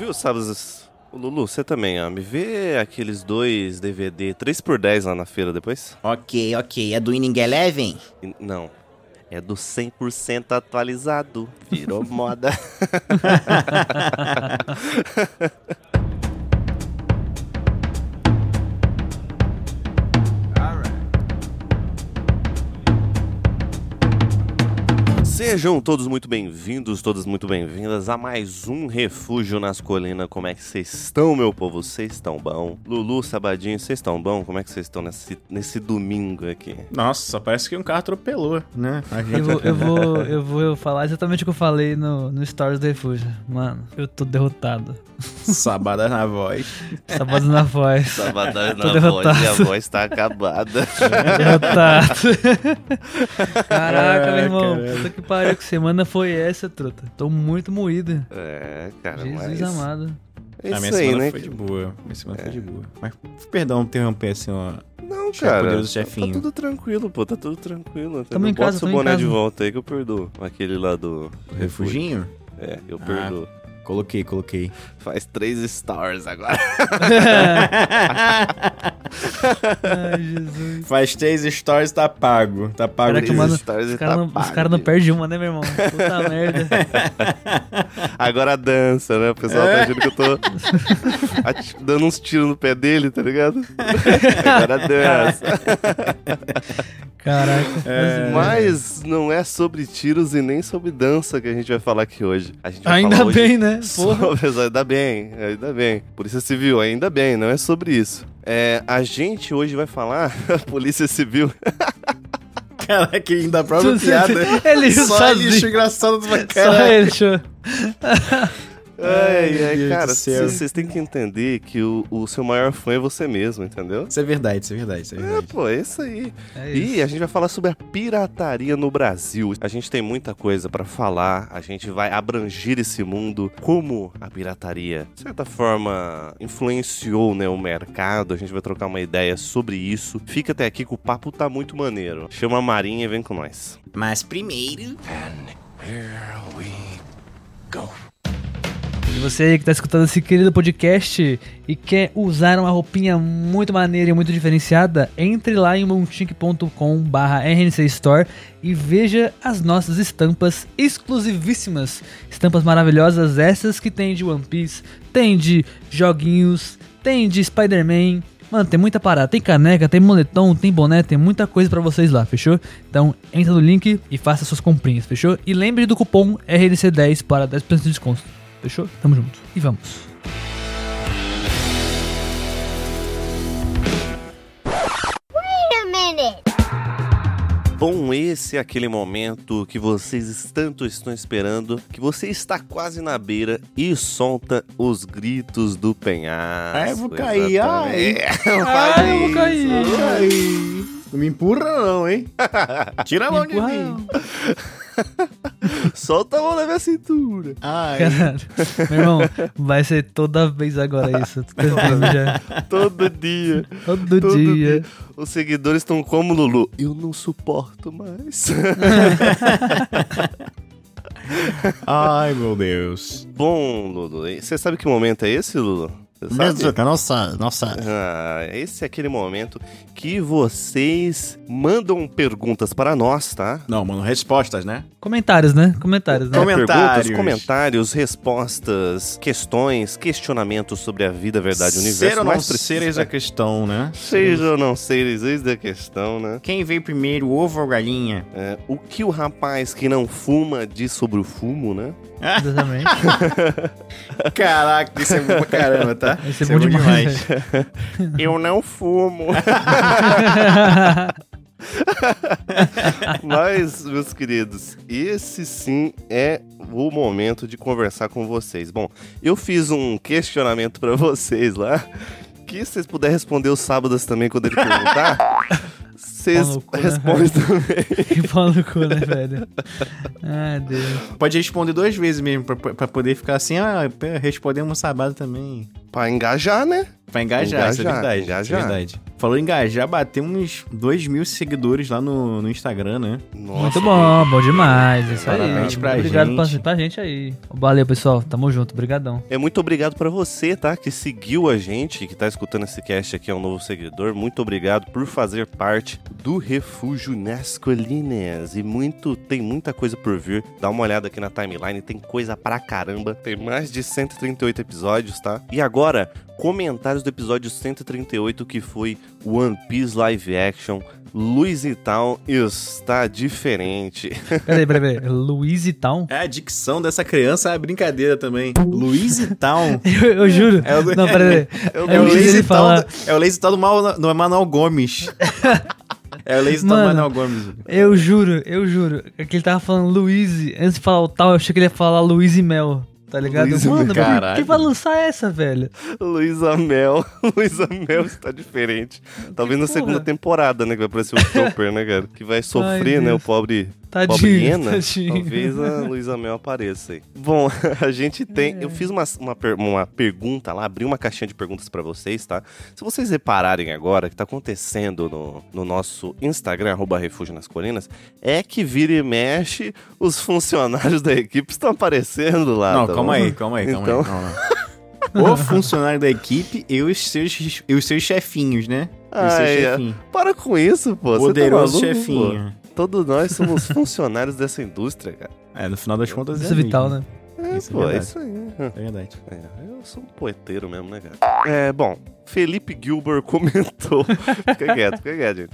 viu, sábados? Lulu, você também, ó. Me vê aqueles 2 DVD 3x10 lá na feira depois? Ok. É do Winning Eleven? Não. É do 100% atualizado. Virou moda. Sejam todos muito bem-vindos, todas muito bem-vindas a mais um Refúgio nas Colinas. Como é que vocês estão, meu povo? Vocês estão bom? Lulu, Sabadinho, vocês estão bom? Como é que vocês estão nesse domingo aqui? Nossa, parece que um carro atropelou, né? Eu vou falar exatamente o que eu falei no Stories do Refúgio. Mano, eu tô derrotado. Sabada na voz. Sabada na voz. Sabada Tô na derrotado. voz e a voz tá acabada. Derrotado. Caraca, meu irmão. Caralho. Puta que pariu, que semana foi essa, truta? Tô muito moído. É, cara, Jesus mas... amado. É A minha isso aí, semana né? foi de boa. Mas, perdão interromper assim, ó. Não, Chefe, cara, poderoso tá chefinho. tudo tranquilo, pô, tá tudo tranquilo. Tamo em Bota casa, seu tamo em boné casa. de volta aí que eu perdoo. Aquele lá do refúgio. Refuginho? É, eu perdoo. Coloquei. Faz 3 stars agora. Ai, Jesus. Faz 3 stories, tá pago. Tá pago. Caraca, Três mano, stars e os caras tá não, pago. não perdem uma, né, meu irmão? Puta merda. Agora dança, né? O pessoal tá achando que eu tô dando uns tiros no pé dele, tá ligado? Agora dança. Caraca. Mas não é sobre tiros e nem sobre dança que a gente vai falar aqui hoje. A gente vai Ainda falar hoje bem, né? Porra. ainda bem. Polícia Civil, ainda bem, não é sobre isso. A gente hoje vai falar Polícia Civil. Caraca, ainda a própria piada. Ele Só sozinho. lixo engraçado do Só cara. ele, show. Ai, meu Deus cara, do céu. vocês têm que entender que o seu maior fã é você mesmo, entendeu? Isso é verdade. Pô, é isso aí. É E isso. a gente vai falar sobre a pirataria no Brasil. A gente tem muita coisa pra falar, a gente vai abranger esse mundo, como a pirataria, de certa forma, influenciou, né, o mercado. A gente vai trocar uma ideia sobre isso. Fica até aqui que o papo tá muito maneiro. Chama a Marinha e vem com nós. Mas primeiro... E você aí que tá escutando esse querido podcast e quer usar uma roupinha muito maneira e muito diferenciada, entre lá em moonchink.com/RNC Store e veja as nossas estampas exclusivíssimas. Estampas maravilhosas, essas que tem de One Piece, tem de joguinhos, tem de Spider-Man. Mano, tem muita parada, tem caneca, tem moletom, tem boné, tem muita coisa pra vocês lá, fechou? Então entra no link e faça suas comprinhas, fechou? E lembre do cupom RNC10 para 10% de desconto. Fechou? Tamo junto. E vamos. Wait a minute. Bom, esse é aquele momento que vocês tanto estão esperando, que você está quase na beira e solta os gritos do penhasco. Ai, eu vou cair, Exatamente. Ai, eu vou cair. Não me empurra não, hein? Tira a mão de Empurra mim. não. Solta a mão na minha cintura. Ai. Caralho. Meu irmão, vai ser toda vez agora isso. Tô tentando já. Todo dia. Todo dia. Os seguidores estão como Lulu. Eu não suporto mais. Ai, meu Deus. Bom, Lulu, você sabe que momento é esse, Lulu? Você sabe? Nossa. Esse é aquele momento que vocês mandam perguntas para nós, tá? Não, mano, respostas, né? Comentários, né? Comentários, né? Comentários. Comentários, respostas, questões, questionamentos sobre a vida, a verdade, o universo. Ser ou não mais preciso, ser eis a questão, né? Seja ou não seres, eis da questão, né? Quem veio primeiro, ovo ou galinha? O que o rapaz que não fuma diz sobre o fumo, né? Exatamente. Caraca, isso é bom pra caramba, tá? Vai ser Isso bom demais. Eu não fumo. Mas, meus queridos, esse sim é o momento de conversar com vocês. Bom, eu fiz um questionamento pra vocês lá, que se vocês puderem responder os sábados também quando ele perguntar, vocês Pau no cu, né, respondem também. Que pau no cu, né, velho? Ai, Deus. Pode responder 2 vezes mesmo, pra poder ficar assim, respondemos sábado também. Pra engajar, né? Pra engajar, isso é verdade. Engajar. Isso é verdade. Falou em engajar, batemos 2.000 seguidores lá no Instagram, né? Nossa, Muito bom demais. Isso aí. Parabéns pra Obrigado gente. pra gente aí. Valeu, pessoal. Tamo junto. Obrigadão. Muito obrigado pra você, tá? Que seguiu a gente, que tá escutando esse cast aqui, é um novo seguidor. Muito obrigado por fazer parte do Refúgio nas Colinas. E tem muita coisa por vir. Dá uma olhada aqui na timeline, tem coisa pra caramba. Tem mais de 138 episódios, tá? E agora, comentários do episódio 138, que foi One Piece Live Action. Louisitown está diferente. Peraí. Louisitown? É, a dicção dessa criança é brincadeira também. Louisitown. Eu juro. É o- Não, peraí. É o Eu ouvi ele Lazy falar. É o Lazy Town do Manuel Gomes. É o Lazy Town do Mano, Manuel Gomes. Eu juro. É que ele tava falando Luiz. Antes de falar o tal, eu achei que ele ia falar Luiz e Mel. Tá ligado? Luiz e Mano, Mel, caralho. quem vai lançar essa, velho? Luísa Mel. Luísa Mel está diferente. Talvez na porra. segunda temporada, né? Que vai aparecer o Chopper, né, cara? Que vai sofrer, Ai, né? O Deus. pobre Tadinho. Hiena. Tadinho. Talvez a Luísa Mel apareça aí. Bom, a gente tem... Eu fiz uma pergunta lá, abri uma caixinha de perguntas pra vocês, tá? Se vocês repararem agora, o que tá acontecendo no nosso Instagram, @Refúgio nas Colinas, é que vira e mexe, os funcionários da equipe estão aparecendo lá. Não, tá calma bom? aí. Então- Não. O funcionário da equipe e os seus chefinhos, né? Os seus chefinhos. Para com isso, pô. Você Poderoso tá maluco, chefinho. pô? Todos nós somos funcionários dessa indústria, cara. É, no final das contas Isso é vital, né? Isso é Pô, é verdade. isso aí. É verdade. É, eu sou um poeteiro mesmo, né, cara? Bom, Felipe Gilbert comentou. Fica quieto, gente.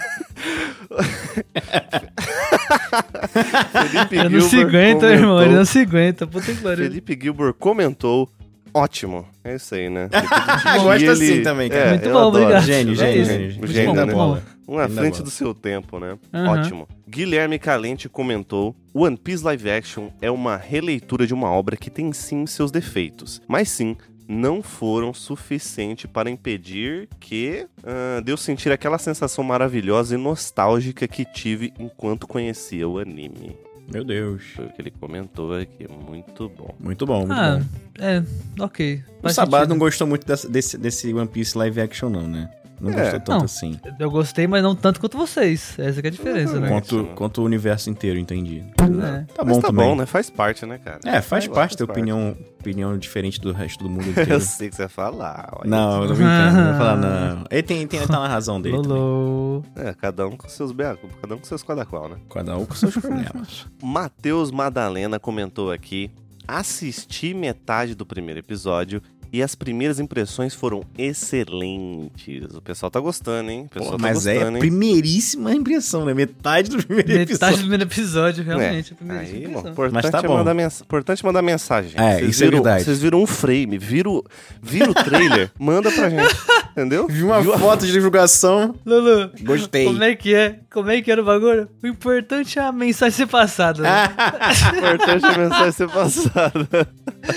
Felipe Ele não se aguenta, comentou- irmão. Ele não se aguenta. Puta que pariu. Felipe Gilbert comentou. Ótimo. É isso aí, né? Gosto E assim também, cara. Muito eu bom, adoro. obrigado. Gênio, É gênio, isso. gênio. Muito Gênio, bom, né? muito bom. Um à Ainda frente bola. do seu tempo, né? Aham. Ótimo. Guilherme Calente comentou: One Piece Live Action é uma releitura de uma obra que tem sim seus defeitos, mas sim, não foram suficiente para impedir que de eu sentir aquela sensação maravilhosa e nostálgica que tive enquanto conhecia o anime. Meu Deus. Foi o que ele comentou aqui. Muito bom. Muito bom, muito Ah, bom. ok. O Faz Sabá sentido. não gostou muito desse One Piece live action, não, né? Não gostou tanto Não. assim. Eu gostei, mas não tanto quanto vocês. Essa que é a diferença, né? Quanto o universo inteiro, entendi. É. Tá Mas bom tá também. bom, né? Faz parte, né, cara? É, faz parte ter parte. opinião diferente do resto do mundo Eu inteiro. sei que você vai falar. Olha. Não, eu tô brincando, não vou falar não. Ele tá na razão dele também. Lolo. Cada um com seus beacos, cada um com seus cada qual, né? Cada um com seus problemas. Matheus Madalena comentou aqui: assisti metade do primeiro episódio e as primeiras impressões foram excelentes. O pessoal tá gostando, hein? O pessoal Pô, tá mas é gostando, a hein? primeiríssima impressão, né? Metade do primeiro Metade do episódio. primeiro episódio, realmente. a primeira Aí, impressão. bom, importante, Mas tá é bom. importante mandar mensagem. gente. É, Vocês isso é viram, verdade. Vocês viram um frame, vira o trailer, manda pra gente, entendeu? Vi uma foto de divulgação, Lulu, gostei. como é que é? Como é que era o bagulho? O importante é a mensagem ser passada. Né? Importante a mensagem ser passada.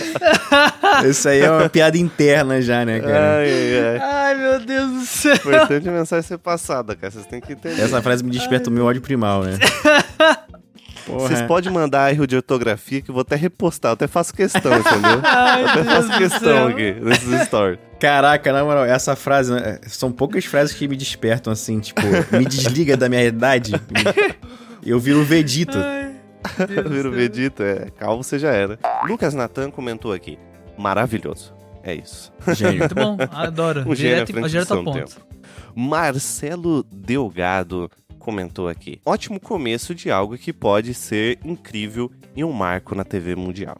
Isso aí é uma piada interna já, né, cara? Ai, ai, ai. Ai, meu Deus do céu. Importante a mensagem ser passada, cara. Vocês têm que entender. Essa frase me desperta o meu ódio primal, né? Porra. Vocês podem mandar erro de ortografia que eu vou até repostar. Eu até faço questão, entendeu? Ai, Eu até Deus faço do questão céu. aqui nesses stories. Caraca, na moral, essa frase, né, são poucas frases que me despertam, assim, tipo, me desliga da minha idade. Eu viro o Vegito. Vira o Vegeta, calmo você já era. Lucas Natan comentou aqui: maravilhoso. É isso. Gênio. Muito bom, adoro. Um gênio à Direto, frente do direto ao seu ponto. tempo. Marcelo Delgado comentou aqui: ótimo começo de algo que pode ser incrível e um marco na TV mundial.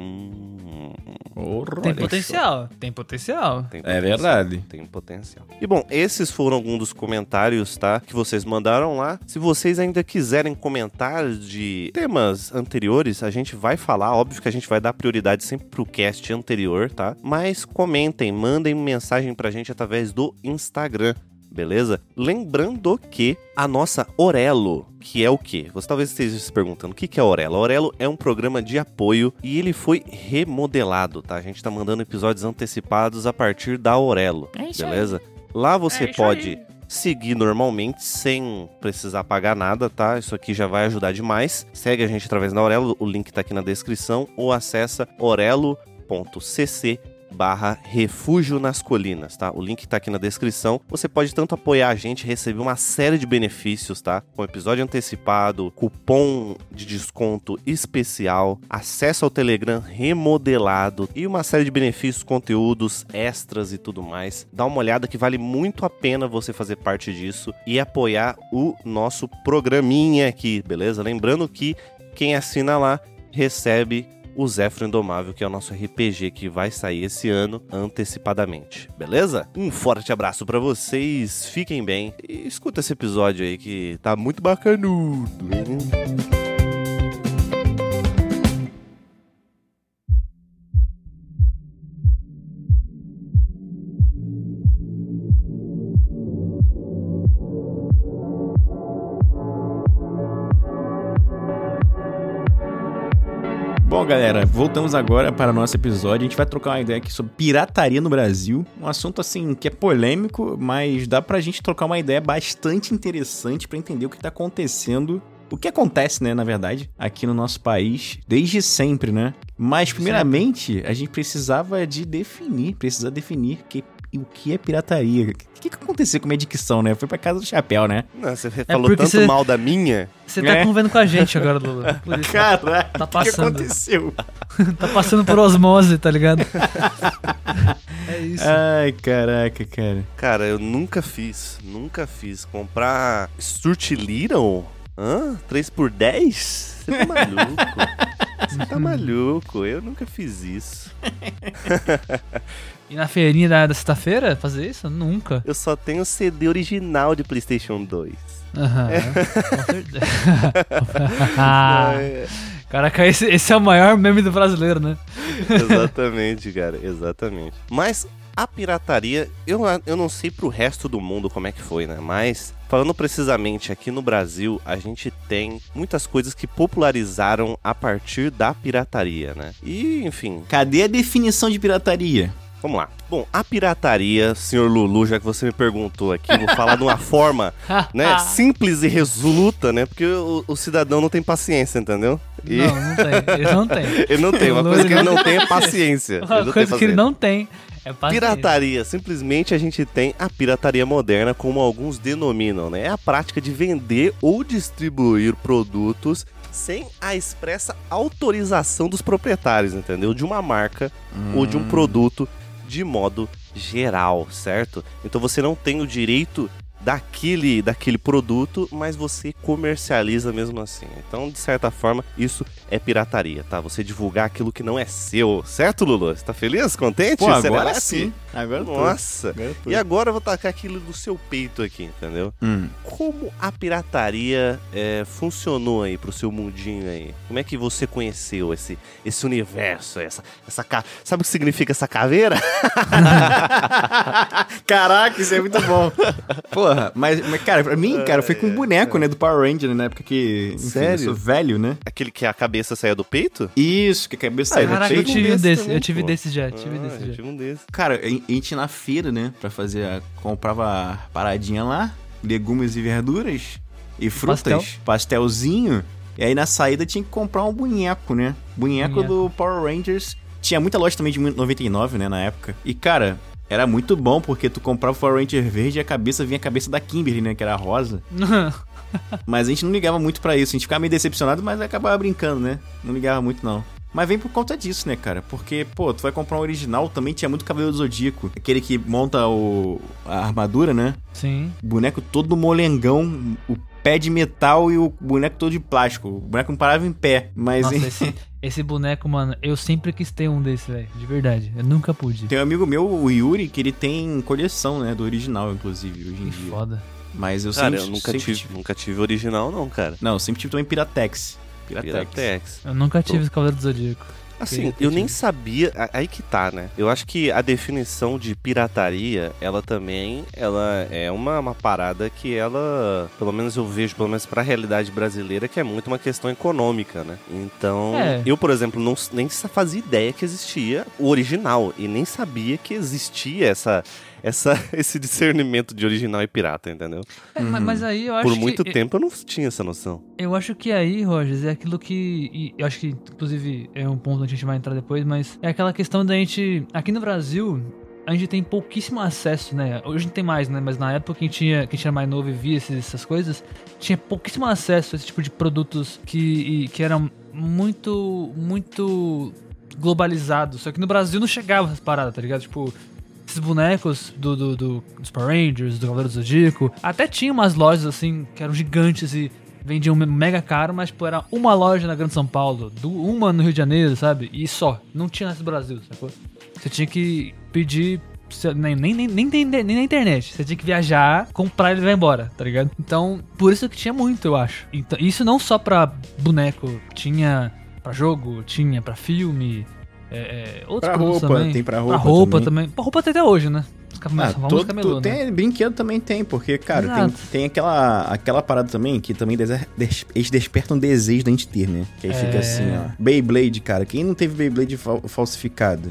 Porra, Tem olha potencial, tem potencial. Tem É potencial, verdade. Tem potencial. E bom, esses foram alguns dos comentários, tá? Que vocês mandaram lá. Se vocês ainda quiserem comentar de temas anteriores, a gente vai falar. Óbvio que a gente vai dar prioridade sempre pro cast anterior, tá? Mas comentem, mandem mensagem pra gente através do Instagram. Beleza? Lembrando que a nossa Orelo, que é o quê? Você talvez esteja se perguntando, o que é a Orelo? A Orelo é um programa de apoio e ele foi remodelado, tá? A gente tá mandando episódios antecipados a partir da Orelo, beleza? Lá você pode seguir normalmente, sem precisar pagar nada, tá? Isso aqui já vai ajudar demais. Segue a gente através da Orelo, o link tá aqui na descrição, ou acessa orelo.cc apoia.se/Refúgio nas Colinas, tá? O link tá aqui na descrição. Você pode tanto apoiar a gente, receber uma série de benefícios, tá? Com episódio antecipado, cupom de desconto especial, acesso ao Telegram remodelado e uma série de benefícios, conteúdos extras e tudo mais. Dá uma olhada que vale muito a pena você fazer parte disso e apoiar o nosso programinha aqui, beleza? Lembrando que quem assina lá recebe o Zéfiro Indomável, que é o nosso RPG que vai sair esse ano antecipadamente, beleza? Um forte abraço pra vocês, fiquem bem e escuta esse episódio aí que tá muito bacanudo, hein? Bom, galera, voltamos agora para o nosso episódio. A gente vai trocar uma ideia aqui sobre pirataria no Brasil. Um assunto, assim, que é polêmico, mas dá pra gente trocar uma ideia bastante interessante pra entender o que tá acontecendo. O que acontece, né, na verdade, aqui no nosso país, desde sempre, né? Mas, primeiramente, a gente precisa definir o que é pirataria. O que aconteceu com a minha dicção, né? Foi pra casa do chapéu, né? Não, você falou tanto mal da minha. Você tá convivendo com a gente agora, Lula. Por isso. Caraca, tá o que passando. aconteceu? Tá passando por osmose, tá ligado? É isso. Ai, caraca, cara. Cara, eu nunca fiz comprar Stuart Little? 3x10? Você tá maluco? Você tá maluco? Eu nunca fiz isso. E na feirinha da sexta-feira, fazer isso? Nunca. Eu só tenho CD original de PlayStation 2. Aham, com certeza. Caraca, esse é o maior meme do brasileiro, né? Exatamente, cara, exatamente. Mas a pirataria, eu não sei pro resto do mundo como é que foi, né? Mas, falando precisamente aqui no Brasil, a gente tem muitas coisas que popularizaram a partir da pirataria, né? E, enfim... Cadê a definição de pirataria? Vamos lá. Bom, a pirataria, senhor Lulu, já que você me perguntou aqui, vou falar de uma forma, né, simples e resoluta, né? Porque o cidadão não tem paciência, entendeu? Não tem. Ele não tem. Ele não tem. Uma coisa que ele não tem é paciência. Uma coisa que ele não tem é paciência. Pirataria. Simplesmente a gente tem a pirataria moderna, como alguns denominam, né? É a prática de vender ou distribuir produtos sem a expressa autorização dos proprietários, entendeu? De uma marca ou de um produto de modo geral, certo? Então você não tem o direito daquele produto, mas você comercializa mesmo assim. Então, de certa forma, isso é pirataria, tá? Você divulgar aquilo que não é seu, certo, Lulu? Você tá feliz, contente? Pô, agora sim. Agora nossa. E agora eu vou tacar aquilo do seu peito aqui, entendeu? Como a pirataria funcionou aí pro seu mundinho aí? Como é que você conheceu esse universo, sabe o que significa essa caveira? Caraca, isso é muito bom. Porra, mas cara, pra mim, cara, foi com um boneco, né, do Power Ranger, na época que, enfim, sério? Eu sou velho, né? Aquele que a cabeça saia do peito? Isso, que a cabeça saia do Caraca, peito. eu tive desse, também, eu tive pô. desse já, Eu tive um desse. Cara, a gente ia na feira, né, pra fazer, comprava a paradinha lá, legumes e verduras e frutas, pastelzinho, e aí na saída tinha que comprar um boneco, né, boneco do Power Rangers. Tinha muita loja também de 99, né, na época. E, cara, era muito bom, porque tu comprava o Power Ranger verde e vinha a cabeça da Kimberly, né, que era rosa. Mas a gente não ligava muito pra isso, a gente ficava meio decepcionado, mas acabava brincando, né, não ligava muito não. Mas vem por conta disso, né, cara? Porque, pô, tu vai comprar um original, também tinha muito Cavaleiro do Zodíaco. Aquele que monta a armadura, né? Sim. O boneco todo molengão, o pé de metal e o boneco todo de plástico. O boneco não parava em pé, mas... Nossa, esse boneco, mano, eu sempre quis ter um desse, velho. De verdade. Eu nunca pude. Tem um amigo meu, o Yuri, que ele tem coleção, né? Do original, inclusive, hoje em dia. Foda. Mas eu Cara, sempre... eu nunca tive original, não, cara. Não, eu sempre tive também Piratex. Piratex. Eu nunca tive esse Cavaleiro do Zodíaco. Assim, eu nem sabia, aí que tá, né? Eu acho que a definição de pirataria, ela é uma parada que ela, pelo menos eu vejo, pelo menos pra realidade brasileira, que é muito uma questão econômica, né? Então, eu, por exemplo, nem fazia ideia que existia o original, e nem sabia que existia esse discernimento de original e pirata, entendeu? Mas aí eu acho Por que... muito tempo eu não tinha essa noção. Eu acho que aí, Rogers, é aquilo que... E eu acho que, inclusive, é um ponto que a gente vai entrar depois, mas é aquela questão da gente... Aqui no Brasil, a gente tem pouquíssimo acesso, né? Hoje não tem mais, né? Mas na época que a gente era mais novo e via essas coisas, tinha pouquíssimo acesso a esse tipo de produtos que eram muito globalizados. Só que no Brasil não chegava essas paradas, tá ligado? Tipo... Esses bonecos dos Power Rangers, do Cavaleiro do Zodíaco, até tinha umas lojas assim que eram gigantes e vendiam mega caro, mas tipo, era uma loja na Grande São Paulo, uma no Rio de Janeiro, sabe? E só, não tinha nesse Brasil, sacou? Você tinha que pedir, nem na internet, você tinha que viajar, comprar e levar embora, tá ligado? Então, por isso que tinha muito, eu acho. Então, isso não só pra boneco, tinha pra jogo, tinha pra filme... outros pra produtos roupa, também. tem pra Pra roupa roupa também. também. Pra roupa tem até hoje, né? Os famosos camelô, né? Tem brinquedo também tem, porque, cara, Exato. tem aquela parada também que também eles despertam desejo da gente ter, né? Que aí fica assim, ó. Beyblade, cara. Quem não teve Beyblade falsificado?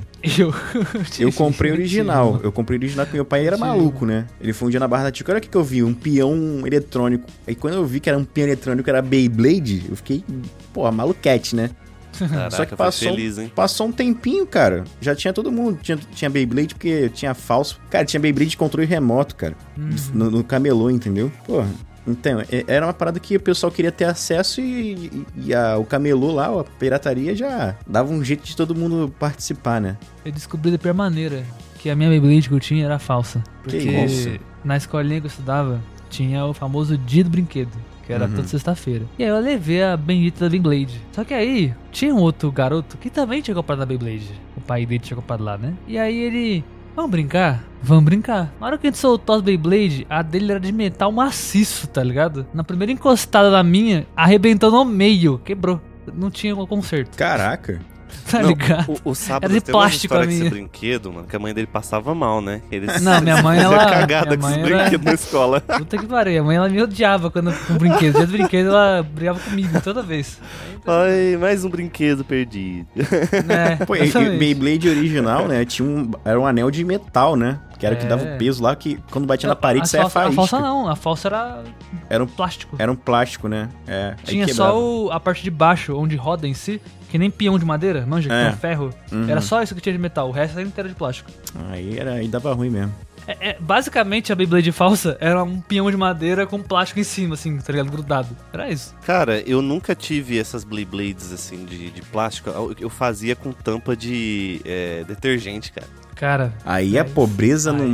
Eu comprei o original. Eu comprei o original porque meu pai era maluco, né? Ele foi um dia na Barra da Tijuca. Olha o que eu vi, um peão eletrônico. Aí quando eu vi que era um peão eletrônico, era Beyblade, eu fiquei, pô, maluquete, né? Caraca, Só que foi feliz, hein? passou um tempinho, cara. Já tinha todo mundo. Tinha Beyblade porque tinha falso. Cara, tinha Beyblade de controle remoto, cara. No camelô, entendeu? Porra. Então, era uma parada que o pessoal queria ter acesso e o camelô lá, a pirataria, já dava um jeito de todo mundo participar, né? Eu descobri da pior maneira que a minha Beyblade que eu tinha era falsa. Porque isso? na escolinha que eu estudava, tinha o famoso dia do brinquedo. Que era toda sexta-feira. E aí eu levei a bendita da Beyblade. Só que aí, tinha um outro garoto que também tinha comprado a Beyblade. O pai dele tinha comprado lá, né? E aí ele... Vamos brincar? Vamos brincar. Na hora que a gente soltou as Beyblade, a dele era de metal maciço, tá ligado? Na primeira encostada da minha, arrebentou no meio. Quebrou. Não tinha conserto. Caraca. Tá ligado? O sábado Era de tem uma plástico história a com esse minha. brinquedo, mano, que a mãe dele passava mal, né? Eles Não, minha mãe, fazia ela... cagada minha com esse mãe era- brinquedo na escola. Puta que pariu. A mãe, ela me odiava quando eu com brinquedo. Dia do brinquedo, ela brigava comigo toda vez. Ai, mais um brinquedo perdido. Né? Pô, e Exatamente. Beyblade original, né? Era um anel de metal, né? Que era o que dava o peso lá, que quando batia na parede saia A faísca. falsa não, a falsa era Era um, plástico. era um plástico, né? É. aí Tinha quebrava. só a parte de baixo, onde roda em si, que nem peão de madeira, manja, que É. tem um ferro. Uhum. Era só isso que tinha de metal, o resto era inteiro de plástico. Aí dava ruim mesmo. Basicamente, a Beyblade falsa era um peão de madeira com plástico em cima, assim, tá ligado? Grudado. Era isso. Cara, eu nunca tive essas Beyblades assim de plástico. Eu fazia com tampa de detergente, cara. Cara. Aí a pobreza não.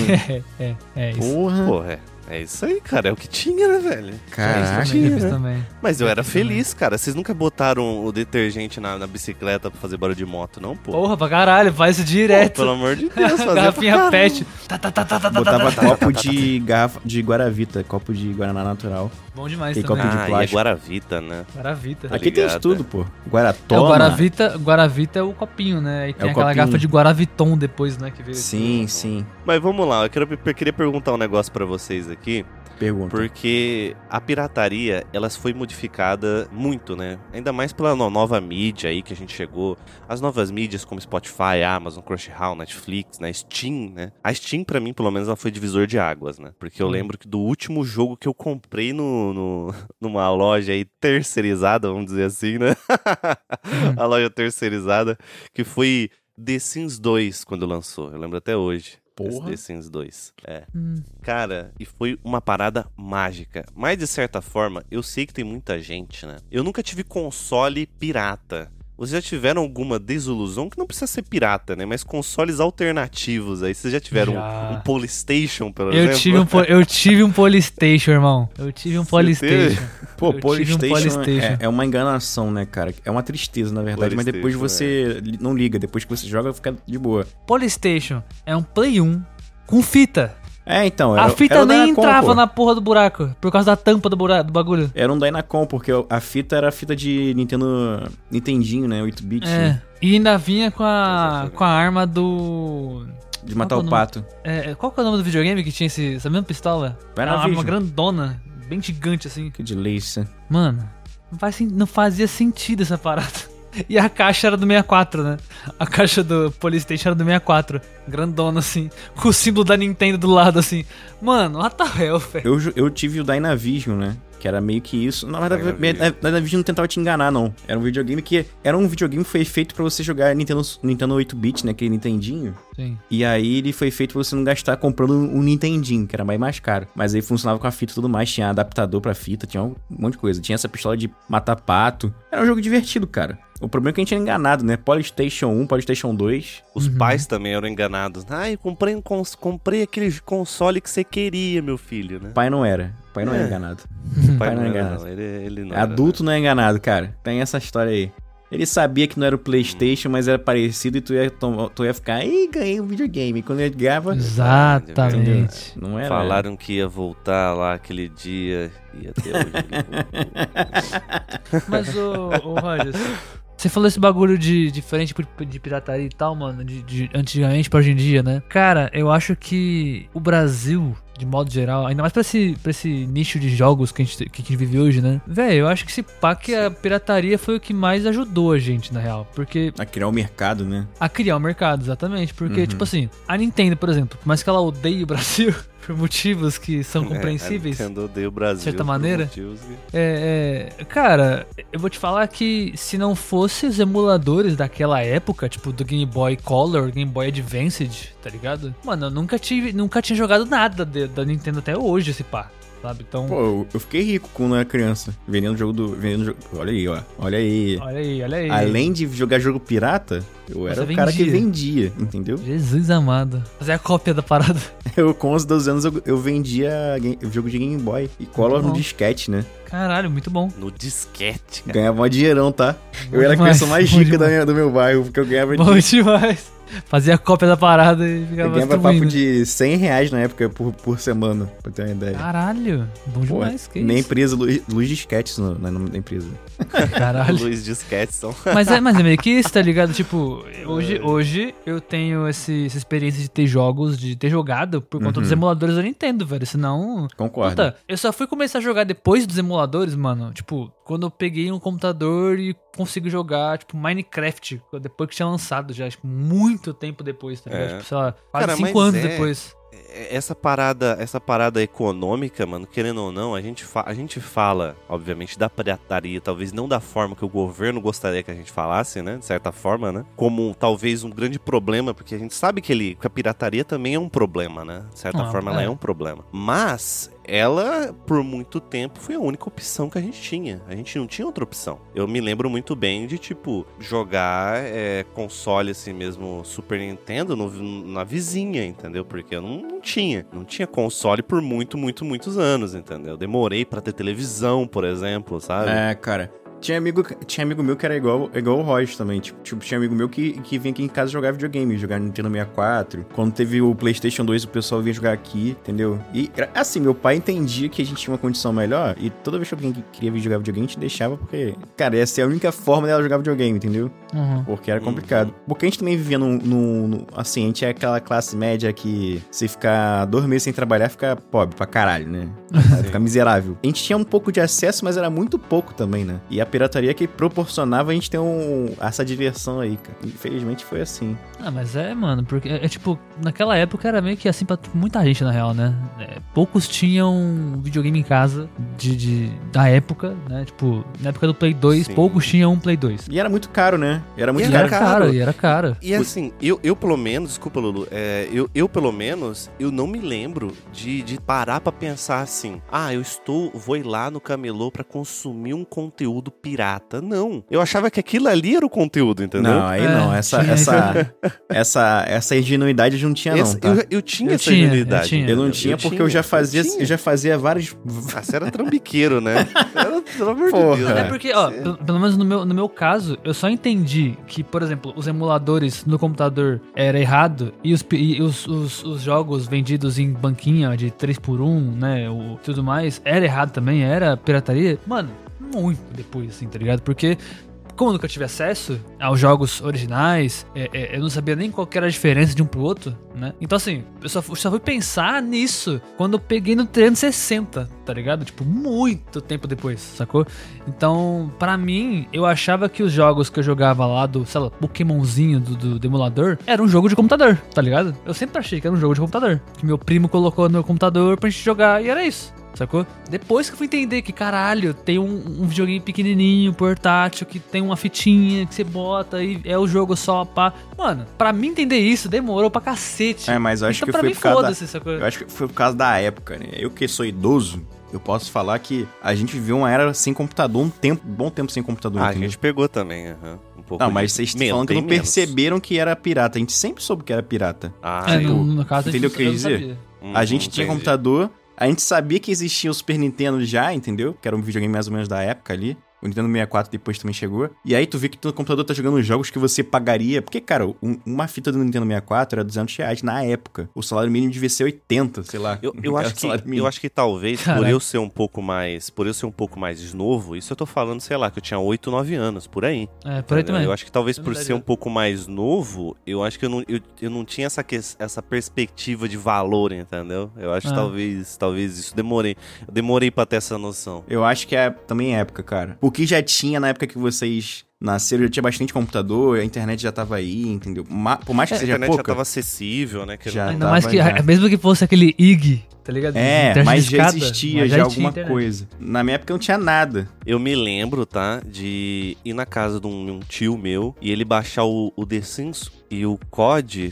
É isso. Porra. Porra, é isso aí, cara. É o que tinha, né, velho? Caraca. Também, eu fiz também. Mas eu era fiz também. feliz, cara. Vocês nunca botaram o detergente na bicicleta pra fazer barulho de moto, não, pô? Porra, pra caralho, faz isso Pô, direto. pelo amor de Deus, fazia Garrafinha pra caramba. pet. Tá. Botava copo de garrafa de Guaravita, copo de Guaraná natural. Bom demais Tem também. copo de Ah, e é plástico. Guaravita, né? Guaravita. Tá Aqui tem ligado, isso tudo, pô. É, Guaratoma. o Guaravita é o copinho, né? E tem o aquela copinho. garrafa de Guaraviton depois, né? Que veio Sim, sim. Mas vamos lá, eu queria perguntar um negócio pra vocês aqui. Pergunta. Porque a pirataria, ela foi modificada muito, né? Ainda mais pela nova mídia aí que a gente chegou. As novas mídias como Spotify, Amazon, Crunchyroll, Netflix, né? Steam, né? A Steam, pra mim, pelo menos, ela foi divisor de águas, né? Porque eu lembro que do último jogo que eu comprei numa loja aí terceirizada, vamos dizer assim, né? A loja terceirizada, que foi The Sims 2 quando lançou. Eu lembro até hoje. Porra. The Sims 2. Cara, e foi uma parada mágica. Mas, de certa forma, eu sei que tem muita gente, né? Eu nunca tive console pirata. Vocês já tiveram alguma desilusão? Que não precisa ser pirata, né? Mas consoles alternativos aí. Vocês já tiveram um Polystation, pelo Eu exemplo? tive um Polystation, irmão. Eu tive um Você Polystation. Pô, Eu tive um Polystation Polystation. é uma enganação, né, cara? É uma tristeza, na verdade, mas depois você não liga. Depois que você joga, fica de boa. Polystation é um Play 1 com fita. É, então. A fita era o nem Dynacon, entrava pô. na porra do buraco, por causa da tampa do bagulho. Era um Dynacon, porque a fita era a fita de Nintendinho, né? 8-bit. né? E ainda vinha com a arma do... De matar Qual que o é o pato. Qual que é o nome do videogame que tinha essa mesma pistola? Vai na Uma arma Vision. grandona, bem gigante assim. Que delícia. Mano, não fazia sentido essa parada. E a caixa era do 64, né? A caixa do Polystation era do 64. grandona, assim, com o símbolo da Nintendo do lado, assim. Mano, what the hell, velho? Eu tive o Dynavision, né? Que era meio que isso. Na verdade, a Dynavision não tentava te enganar, não. Era um videogame que foi feito pra você jogar Nintendo 8-bit, né? Aquele Nintendinho. Sim. E aí ele foi feito pra você não gastar comprando um Nintendinho, que era mais caro. Mas aí funcionava com a fita e tudo mais. Tinha adaptador pra fita, tinha um monte de coisa. Tinha essa pistola de matar pato. Era um jogo divertido, cara. O problema é que a gente era enganado, né? PlayStation 1, PlayStation 2. Os pais também eram enganados. Eu comprei aquele console que você queria, meu filho, né? Pai não era. Pai não era enganado. O pai não não era era, enganado. não. Ele não Adulto não é enganado, cara. Tem essa história aí. Ele sabia que não era o PlayStation, mas era parecido e tu ia ficar, ganhei um videogame. E quando ele ganhava... Exatamente. Não era. Falaram que ia voltar lá aquele dia e até hoje. Mas, ô Rogers, você falou esse bagulho de diferente de pirataria e tal, mano, de antigamente pra hoje em dia, né? Cara, eu acho que o Brasil, de modo geral, ainda mais pra esse nicho de jogos que a gente vive hoje, né? Velho, eu acho que esse pá que a pirataria foi o que mais ajudou a gente, na real. Porque... A criar o mercado, né? A criar o mercado, exatamente. Porque, tipo assim, a Nintendo, por exemplo, por mais que ela odeie o Brasil... por motivos que são compreensíveis, a Nintendo odeia o Brasil, de certa maneira. Cara, eu vou te falar que se não fosse os emuladores daquela época, tipo do Game Boy Color, Game Boy Advanced, tá ligado? Mano, eu nunca tinha jogado nada da Nintendo até hoje, esse pá. Sabe? Então... Pô, eu fiquei rico quando era criança. Vendendo jogo. Olha aí, ó. Olha aí. Além de jogar jogo pirata, eu era o cara que vendia, entendeu? Jesus amado. Fazer a cópia da parada. Eu, com os 12 anos, eu vendia jogo de Game Boy e Color no disquete, né? Caralho, muito bom. No disquete, cara. Ganhava um dinheirão, tá? Bom eu era a demais, criança mais rica do meu bairro, porque eu ganhava bom demais. Fazia a cópia da parada e ficava eu ganhava papo de R$100 na época por semana, pra ter uma ideia. Caralho, bom demais. Que minha isso? empresa, Luz Disquetes, não é o nome da empresa. Caralho. Luz Disquetes são... Mas é meio que isso, tá ligado? Tipo, hoje eu tenho essa experiência de ter jogos, de ter jogado por conta dos emuladores da Nintendo, velho. Senão... Concordo. Puta, eu só fui começar a jogar depois dos emuladores, mano. Tipo, quando eu peguei um computador e consigo jogar, tipo, Minecraft, depois que tinha lançado já, tipo, muito tempo depois, tá ligado? Tipo, sei lá, quase 5 anos depois. Essa parada econômica, mano, querendo ou não, a gente fala, obviamente, da pirataria, talvez não da forma que o governo gostaria que a gente falasse, né? De certa forma, né? Como talvez um grande problema, porque a gente sabe que a pirataria também é um problema, né? De certa forma, ela é um problema. Mas... ela, por muito tempo, foi a única opção que a gente tinha. A gente não tinha outra opção. Eu me lembro muito bem de, tipo, jogar console, assim mesmo, Super Nintendo na vizinha, entendeu? Porque eu não tinha console por muitos anos, entendeu? Demorei pra ter televisão, por exemplo, sabe? Cara... Tinha amigo meu que era igual o Royce também. Tipo, tinha amigo meu que vinha aqui em casa jogar videogame, jogar Nintendo 64. Quando teve o PlayStation 2, o pessoal vinha jogar aqui, entendeu? E, assim, meu pai entendia que a gente tinha uma condição melhor e toda vez que alguém queria vir jogar videogame, a gente deixava porque, cara, essa é a única forma dela jogar videogame, entendeu? Porque era complicado. Porque a gente também vivia assim, a gente é aquela classe média que se ficar 2 meses sem trabalhar, fica pobre pra caralho, né? Fica miserável. A gente tinha um pouco de acesso, mas era muito pouco também, né? E a pirataria que proporcionava a gente ter essa diversão aí, cara. Infelizmente foi assim. Mas mano, porque tipo, naquela época era meio que assim pra muita gente, na real, né? Poucos tinham videogame em casa da época, né? Tipo, na época do Play 2, sim, poucos tinham um Play 2. E era muito caro, né? Era caro. E assim, eu pelo menos, desculpa, Lulu, eu pelo menos, eu não me lembro de parar pra pensar assim, vou ir lá no camelô pra consumir um conteúdo pirata. Não. Eu achava que aquilo ali era o conteúdo, entendeu? Não, aí não. Essa ingenuidade eu não tinha, não. Tá? Eu tinha essa ingenuidade. Eu não tinha porque eu já fazia vários... Você era trambiqueiro, né? Pelo amor de Deus. É porque, ó, pelo menos no meu caso, eu só entendi que, por exemplo, os emuladores no computador era errado e os jogos vendidos em banquinha de 3x1, né, tudo mais, era errado também, era pirataria. Mano, muito depois, assim, tá ligado? Porque como eu nunca tive acesso aos jogos originais, eu não sabia nem qual que era a diferença de um pro outro, né? Então assim, eu só fui pensar nisso quando eu peguei no 360, tá ligado? Tipo, muito tempo depois, sacou? Então, pra mim, eu achava que os jogos que eu jogava lá do, sei lá, Pokémonzinho do emulador, era um jogo de computador, tá ligado? Eu sempre achei que era um jogo de computador, que meu primo colocou no meu computador pra gente jogar e era isso. Sacou? Depois que eu fui entender que, caralho, tem um videogame pequenininho, portátil, que tem uma fitinha que você bota e é o jogo só, pá. Mano, pra mim entender isso, demorou pra cacete. Mas eu acho então, que pra foi mim, por causa foda-se, sacou? Eu acho que foi por causa da época, né? Eu que sou idoso, eu posso falar que a gente viveu uma era sem computador, bom tempo sem computador. A gente pegou também, um pouco. Não, mas vocês estão falando que não perceberam que era pirata. A gente sempre soube que era pirata. No caso, entendeu o que eu quis dizer? A gente tinha computador, a gente sabia que existia o Super Nintendo já, entendeu? Que era um videogame mais ou menos da época ali. O Nintendo 64 depois também chegou. E aí tu vê que teu computador tá jogando jogos que você pagaria. Porque, cara, uma fita do Nintendo 64 era R$200 na época. O salário mínimo devia ser 80, sei lá. Eu acho que talvez, por eu ser um pouco mais novo, isso eu tô falando, sei lá, que eu tinha 8, 9 anos, por aí. Por aí também. Eu acho que talvez por ser um pouco mais novo, eu acho que eu não tinha essa perspectiva de valor, entendeu? Eu acho que talvez isso eu demorei pra ter essa noção. Eu acho que é também época, cara. O que já tinha na época que vocês nasceram, já tinha bastante computador, a internet já tava aí, entendeu? Por mais que seja pouca... A internet já tava acessível, né? Ainda mais que, mesmo que fosse aquele IG, tá ligado? Mas já existia já alguma coisa. Na minha época não tinha nada. Eu me lembro, tá, de ir na casa de um tio meu e ele baixar o The Sims e o COD,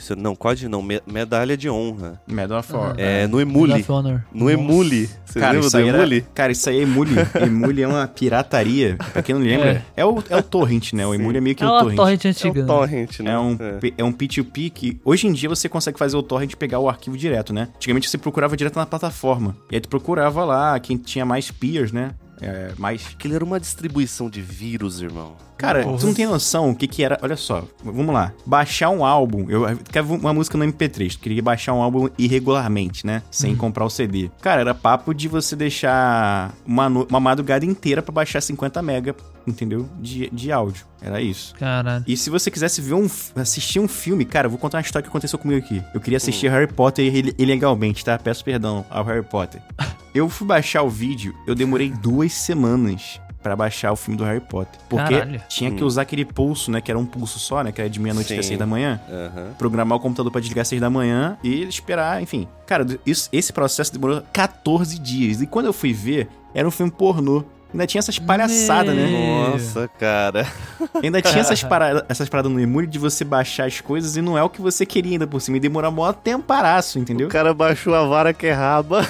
Medalha de Honra. Medal of Honor. No Emule. No Emule. Você lembra do Emule? Cara, isso aí é Emule. Emule é uma pirataria. Pra quem não lembra, é o Torrent, né? O Emule é meio que o Torrent. É o Torrent antiga. É o Torrent, né? É um P2P que hoje em dia você consegue fazer o Torrent e pegar o arquivo direto, né? Antigamente você procurava direto na plataforma. E aí tu procurava lá quem tinha mais peers, né? Aquilo era uma distribuição de vírus, irmão. Cara, tu não tem noção o que era... Olha só, vamos lá. Baixar um álbum... Eu quero uma música no MP3. Tu queria baixar um álbum irregularmente, né? Sem comprar o CD. Cara, era papo de você deixar uma madrugada inteira pra baixar 50 mega, entendeu? De áudio. Era isso. Caralho. E se você quisesse assistir um filme... Cara, eu vou contar uma história que aconteceu comigo aqui. Eu queria assistir Harry Potter ilegalmente, tá? Peço perdão ao Harry Potter. Eu fui baixar o vídeo, eu demorei 2 semanas pra baixar o filme do Harry Potter. Porque tinha que usar aquele pulso, né? Que era um pulso só, né? Que era de meia-noite até 6 da manhã. Programar o computador pra desligar 6 da manhã e esperar, enfim. Cara, esse processo demorou 14 dias. E quando eu fui ver, era um filme pornô. Ainda tinha essas palhaçadas, né? Nossa, cara. Ainda tinha essas paradas no Emule de você baixar as coisas e não é o que você queria ainda por cima. E demorar mó temparaço, entendeu? O cara baixou a vara que é raba.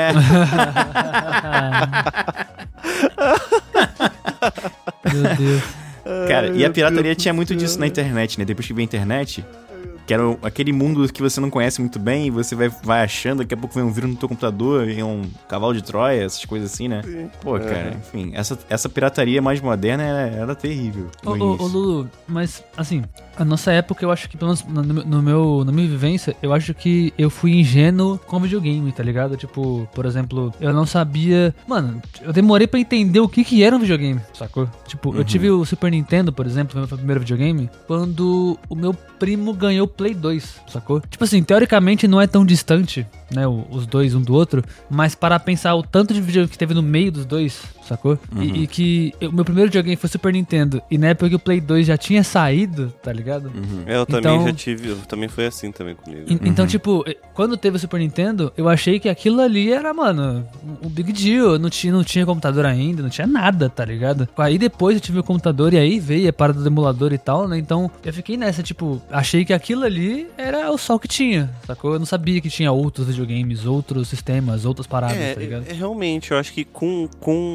Meu Deus. Cara, e a pirataria tinha muito disso na internet, né? Depois que veio a internet... Que era aquele mundo que você não conhece muito bem e você vai achando, daqui a pouco vem um vírus no teu computador, vem um cavalo de Troia, essas coisas assim, né? Sim. Pô, cara, enfim, essa pirataria mais moderna era terrível. Ô, Lulu, mas, assim, a nossa época, eu acho que, pelo menos na minha vivência, eu acho que eu fui ingênuo com videogame, tá ligado? Tipo, por exemplo, eu não sabia... Mano, eu demorei pra entender o que era um videogame, sacou? Tipo, eu tive o Super Nintendo, por exemplo, meu primeiro videogame, quando o meu primo ganhou o Play 2, sacou? Tipo assim, teoricamente não é tão distante, né, os dois um do outro, mas para pensar o tanto de videogame que teve no meio dos dois, sacou? E que o meu primeiro videogame foi Super Nintendo, e na época que o Play 2 já tinha saído, tá ligado? Eu também já tive, também foi assim também comigo. Então, tipo, quando teve o Super Nintendo, eu achei que aquilo ali era, mano, um big deal, não tinha computador ainda, não tinha nada, tá ligado? Aí depois eu tive o computador e aí veio a parada do emulador e tal, né? Então eu fiquei nessa, tipo, achei que aquilo ali era o só que tinha, sacou? Eu não sabia que tinha outros videogames, outros sistemas, outras paradas, tá ligado? Realmente, eu acho que com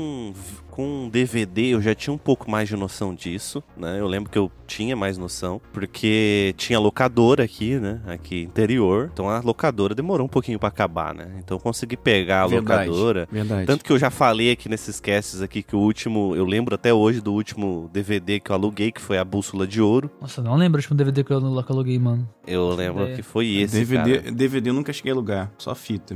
DVD eu já tinha um pouco mais de noção disso, né? Eu lembro que eu tinha mais noção, porque tinha locadora aqui, né? Aqui interior. Então a locadora demorou um pouquinho pra acabar, né? Então eu consegui pegar a locadora. Verdade. Tanto que eu já falei aqui nesses casts aqui que o último, eu lembro até hoje do último DVD que eu aluguei, que foi a Bússola de Ouro. Nossa, não lembro do último DVD que eu aluguei, mano. Eu lembro que foi esse, DVD eu nunca cheguei a alugar, só fita mesmo.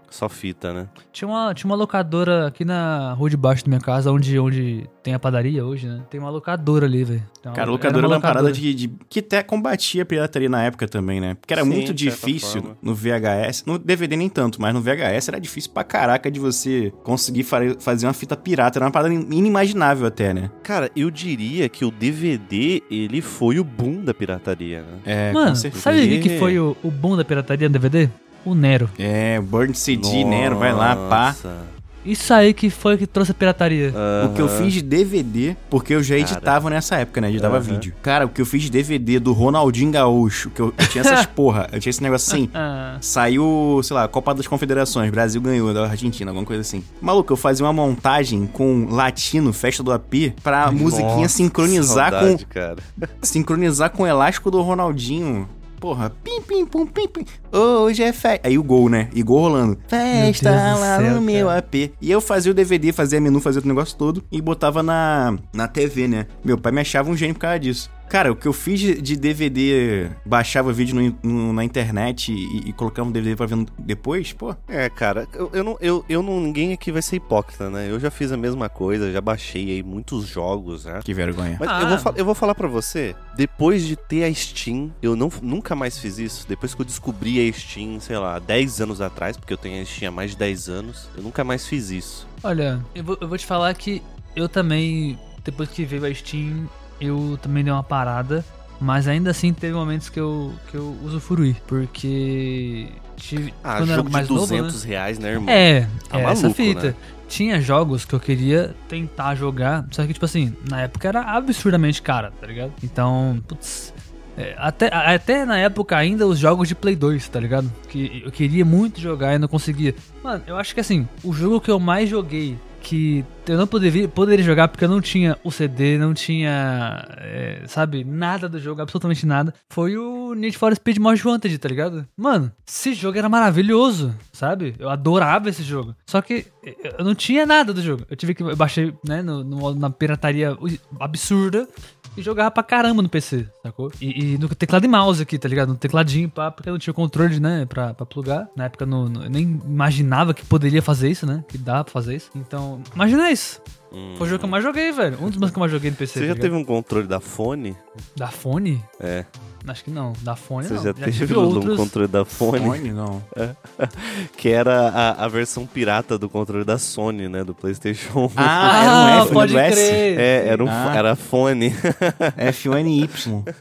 Só fita, né? Tinha uma locadora aqui na rua de baixo da minha casa, onde tem a padaria hoje, né? Tem uma locadora ali, velho. Cara, locadora era uma parada que até combatia a pirataria na época também, né? Porque era Sim, muito de certa difícil forma. no VHS. No DVD nem tanto, mas no VHS era difícil pra caraca de você conseguir fazer uma fita pirata. Era uma parada inimaginável até, né? Cara, eu diria que o DVD, ele foi o boom da pirataria, né? É, Mano, com certeza. sabe o que foi o boom da pirataria no DVD? O Nero. É, Burn CD, Nero, vai lá, pá. Nossa. Isso aí que foi que trouxe a pirataria. O que eu fiz de DVD, porque eu já editava nessa época, né? Editava vídeo. Cara, o que eu fiz de DVD do Ronaldinho Gaúcho, que eu tinha essas porra, eu tinha esse negócio assim. Saiu, sei lá, Copa das Confederações, Brasil ganhou da Argentina, alguma coisa assim. Maluco, eu fazia uma montagem com latino, Festa do AP, pra musiquinha sincronizar saudade, cara. sincronizar com o elástico do Ronaldinho. Porra, pim, pim, pum, pim, pim. Hoje é festa. Aí o gol, né? E gol rolando. Festa Deus do lá céu, no meu cara. AP. E eu fazia o DVD, fazia menu, fazia o negócio todo e botava na TV, né? Meu pai me achava um gênio por causa disso. Cara, o que eu fiz de DVD, baixava vídeo na internet e colocava um DVD pra ver depois, pô. É, cara, ninguém aqui vai ser hipócrita, né? Eu já fiz a mesma coisa, já baixei aí muitos jogos, né? Que vergonha. Mas Ah. eu vou falar pra você, depois de ter a Steam, eu nunca mais fiz isso. Depois que eu descobri a Steam, sei lá, 10 anos atrás, porque eu tenho a Steam há mais de 10 anos, eu nunca mais fiz isso. Olha, eu vou te falar que eu também, depois que veio a Steam, eu também dei uma parada. Mas ainda assim teve momentos que eu usufruí. Porque quando eu era jogo de mais novo, né? R$200, né, irmão? Tá essa maluco, fita. né? Tinha jogos que eu queria tentar jogar, só que, tipo assim, na época era absurdamente cara, tá ligado? Então, putz. Até na época ainda os jogos de Play 2, tá ligado? Que eu queria muito jogar e não conseguia. Mano, eu acho que assim, o jogo que eu mais joguei, que eu não poderia jogar porque eu não tinha o CD, não tinha, sabe, nada do jogo, absolutamente nada, foi o Need for Speed Most Wanted, tá ligado? Mano, esse jogo era maravilhoso, sabe? Eu adorava esse jogo. Só que eu não tinha nada do jogo. Eu baixei, né, na pirataria absurda e jogava pra caramba no PC, sacou? E no teclado e mouse aqui, tá ligado? No tecladinho, pá, porque eu não tinha controle, né, pra plugar. Na época eu nem imaginava que poderia fazer isso, né? Que dava pra fazer isso. Então, imagina isso. Foi o jogo que eu mais joguei, velho. Um dos meus que eu mais joguei no PC. Você tá já ligado? teve um controle da Fone? Da Fone? É. Acho que não. Da Fone Você não. já teve tive um outros. controle da Fone? Fone, não. Que era a versão pirata do controle da Sony, né? Do PlayStation 1. Ah, era um F, pode do S. crer. Era Fone. F1NY.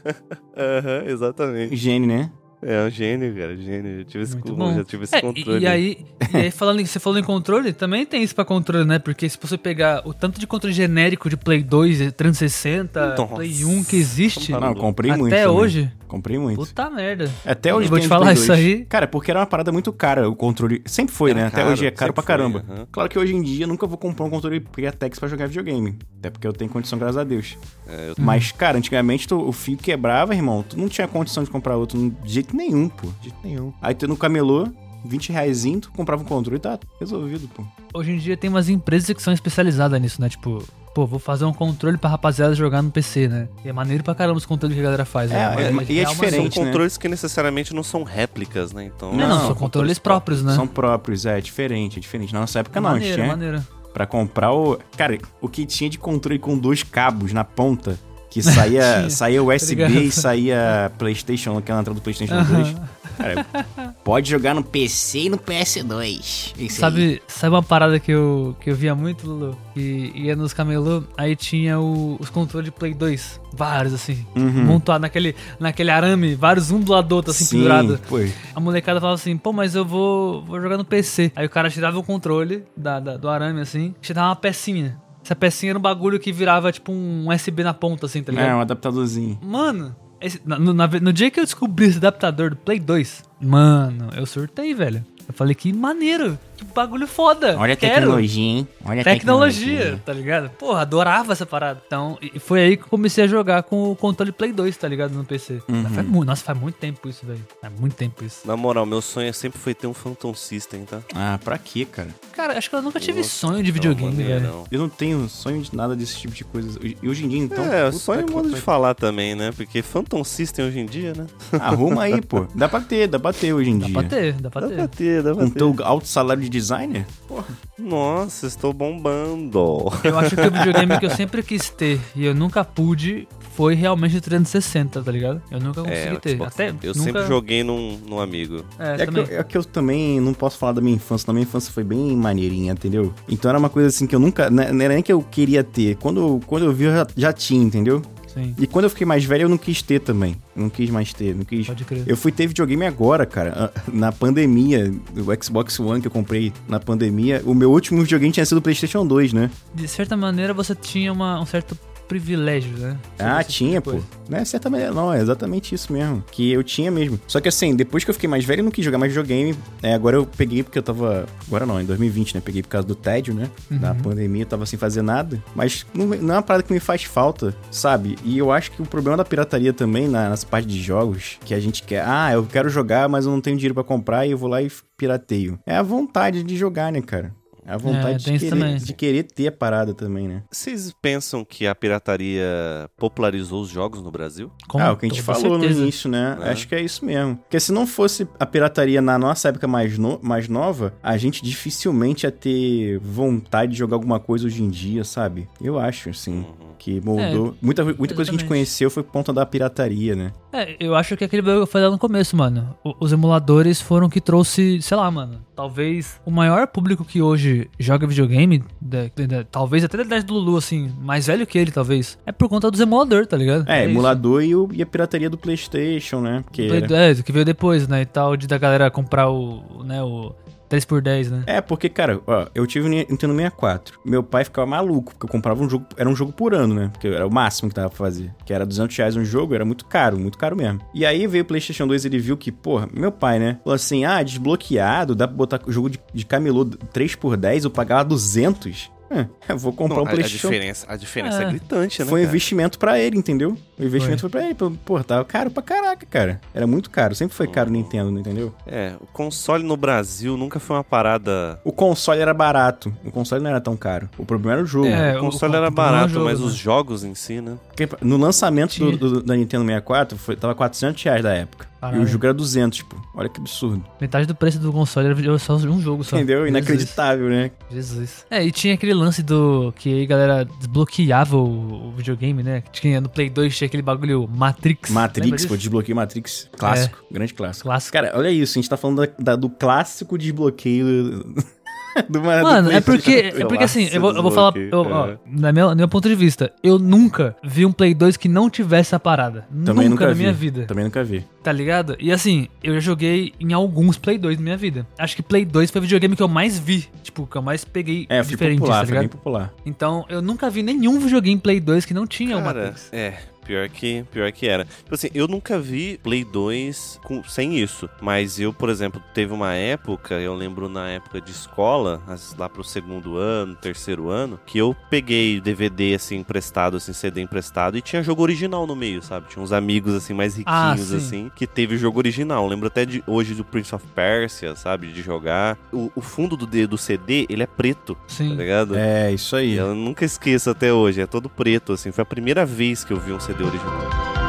Aham, exatamente. Gênio, né? É um gênio, cara. Gênio. Muito bom. Já tive esse controle. E aí você falou em controle, também tem isso pra controle, né? Porque se você pegar o tanto de controle genérico de Play 2, 360, Nossa. Play 1 que existe, Tá Não, eu comprei muito. até também. hoje, Comprei muito. puta merda. Até hoje Eu vou tem te de falar Play isso 2. aí. Cara, porque era uma parada muito cara o controle. Sempre foi, Era né? Até caro, hoje é caro pra sempre foi, caramba. aham. Claro que hoje em dia eu nunca vou comprar um controle Priatex pra jogar videogame. Até porque eu tenho condição, graças a Deus. Mas, cara, antigamente o fio quebrava, irmão. Tu não tinha condição de comprar outro de jeito nenhum, pô. De jeito nenhum. Aí tu no camelô, 20 reaisinho, tu comprava um controle e tá resolvido, pô. Hoje em dia tem umas empresas que são especializadas nisso, né? Tipo, pô, vou fazer um controle pra rapaziada jogar no PC, né? E é maneiro pra caramba os controles que a galera faz, né? e é São diferente, né? controles que necessariamente não são réplicas, né? Então, Não, são controles próprios, né? São próprios, é diferente. Na nossa época não, a gente Maneiro, tinha maneiro. pra comprar o... Cara, o que tinha de controle com 2 cabos na ponta, que saía USB ligado. e saía PlayStation, aquela entrada do PlayStation 2. Cara, Pode jogar no PC e no PS2. Isso aí. Sabe uma parada que eu via muito, Lulu? Que ia nos camelô, aí tinha os controles de Play 2. Vários, assim. Montados naquele arame, vários um do lado do outro, assim, pendurado. Pô. A molecada falava assim, pô, mas eu vou jogar no PC. Aí o cara tirava o controle do arame, assim, tirava uma pecinha. Essa pecinha era um bagulho que virava, tipo, um USB na ponta, assim, tá ligado? É, um adaptadorzinho. Mano, no dia que eu descobri esse adaptador do Play 2, mano, eu surtei, velho. Eu falei, que maneiro. que bagulho foda. Olha a quero. tecnologia, hein? Olha a Tecnologia, tá ligado? Porra, adorava essa parada. Então, e foi aí que eu comecei a jogar com o controle Play 2, tá ligado? No PC. Nossa, faz muito tempo isso, velho. Faz muito tempo isso. Na moral, meu sonho sempre foi ter um Phantom System, tá? Ah, pra quê, cara? Cara, acho que eu nunca tive Nossa, sonho de videogame, maneira, velho. não. Eu não tenho sonho de nada desse tipo de coisa. E hoje em dia, então... É, puta só em que modo de pariu. falar também, né? Porque Phantom System hoje em dia, né? Arruma aí, pô. Dá pra ter hoje em dia. Dá pra ter. Dá pra ter, dá pra Com ter. teu alto salário de designer? Nossa, estou bombando. Eu acho que o videogame que eu sempre quis ter e eu nunca pude foi realmente o 360, tá ligado? Eu nunca consegui ter. Xbox. Até Eu nunca... sempre joguei num amigo. também. É que eu também não posso falar da minha infância. Na minha infância foi bem maneirinha, entendeu? Então era uma coisa assim que eu nunca... Não era nem que eu queria ter. Quando eu vi, eu já tinha, entendeu? Sim. E quando eu fiquei mais velho, eu não quis ter também. Eu não quis mais ter, não quis... Pode crer. Eu fui ter videogame agora, cara. Na pandemia, o Xbox One que eu comprei na pandemia, o meu último videogame tinha sido o PlayStation 2, né? De certa maneira, você tinha um certo privilégio, né? Ah, Esse tipo tinha, de pô. coisa. Não é certa maneira, não. É exatamente isso mesmo. Que eu tinha mesmo. Só que assim, depois que eu fiquei mais velho, eu não quis jogar mais videogame. Agora eu peguei porque eu tava... Agora não, em 2020, né? Peguei por causa do tédio, né? Da pandemia, eu tava sem fazer nada. Mas não é uma parada que me faz falta, sabe? E eu acho que o problema da pirataria também, nas partes de jogos, que a gente quer... Ah, eu quero jogar, mas eu não tenho dinheiro pra comprar e eu vou lá e pirateio. É a vontade de jogar, né, cara? A vontade tem isso também. de querer ter a parada também, né? Vocês pensam que a pirataria popularizou os jogos no Brasil? Com O que a gente toda falou certeza. no início, né? É. Acho que é isso mesmo. Porque se não fosse a pirataria na nossa época mais nova, a gente dificilmente ia ter vontade de jogar alguma coisa hoje em dia, sabe? Eu acho, assim, que moldou. Muita coisa que a gente exatamente. conheceu foi por conta da pirataria, né? Eu acho que aquele bagulho que eu falei lá no começo, mano. Os emuladores foram que trouxe, sei lá, mano. Talvez o maior público que hoje joga videogame, talvez até da idade do Lulu, assim, mais velho que ele, talvez, é por conta dos emuladores, tá ligado? É, isso. emulador e a pirataria do PlayStation, né? Porque Que veio depois, né? E tal, da galera comprar o 10x10, né? É, porque, cara, ó, eu tive o Nintendo 64. Meu pai ficava maluco, porque eu comprava um jogo, era um jogo por ano, né? Porque era o máximo que dava pra fazer. Que era R$200 um jogo, era muito caro mesmo. E aí veio o PlayStation 2, ele viu que, porra, meu pai, né? Falou assim, desbloqueado, dá pra botar o jogo de camelô 3x10, eu pagava 200. Eu vou comprar um PlayStation. A diferença é gritante, né? Foi um cara? investimento pra ele, entendeu? O investimento foi pra ele. Pô, tava caro pra caraca, cara. Era muito caro. Sempre foi caro o Nintendo, entendeu? O console no Brasil nunca foi uma parada... O console era barato. O console não era tão caro. O problema era o jogo. O console era barato, mas os jogos em si, né? Porque no lançamento da Nintendo 64, tava R$400 da época. Caralho. E o jogo era 200, pô. Olha que absurdo. Metade do preço do console era só um jogo só. Entendeu? Jesus. Inacreditável, né? Jesus. E tinha aquele lance que aí a galera desbloqueava o videogame, né? Tinha no Play 2, tinha aquele bagulho Matrix. Lembra Matrix, disso? pô, desbloqueio Matrix. Clássico. Grande clássico. Clássico. Cara, olha isso. A gente tá falando do clássico desbloqueio Mano, é porque assim, eu vou falar, no meu ponto de vista, eu nunca vi um Play 2 que não tivesse a parada. Nunca na minha vida. Também nunca vi. Tá ligado? E assim, eu já joguei em alguns Play 2 na minha vida. Acho que Play 2 foi o videogame que eu mais vi. Tipo, que eu mais peguei Foi diferente, popular, tá foi bem ligado? popular. Então, eu nunca vi nenhum videogame Play 2 que não tinha uma Cara, Matrix. pior que era. Tipo assim, eu nunca vi Play 2 sem isso. Mas eu, por exemplo, teve uma época, eu lembro na época de escola, lá pro segundo ano, terceiro ano, que eu peguei DVD, assim, emprestado, assim, CD emprestado, e tinha jogo original no meio, sabe? Tinha uns amigos, assim, mais riquinhos, sim. assim, que teve jogo original. Eu lembro até hoje do Prince of Persia, sabe? De jogar. O fundo do CD, ele é preto, Sim. tá ligado? É, isso aí. E eu nunca esqueço até hoje, é todo preto, assim. Foi a primeira vez que eu vi um CD original.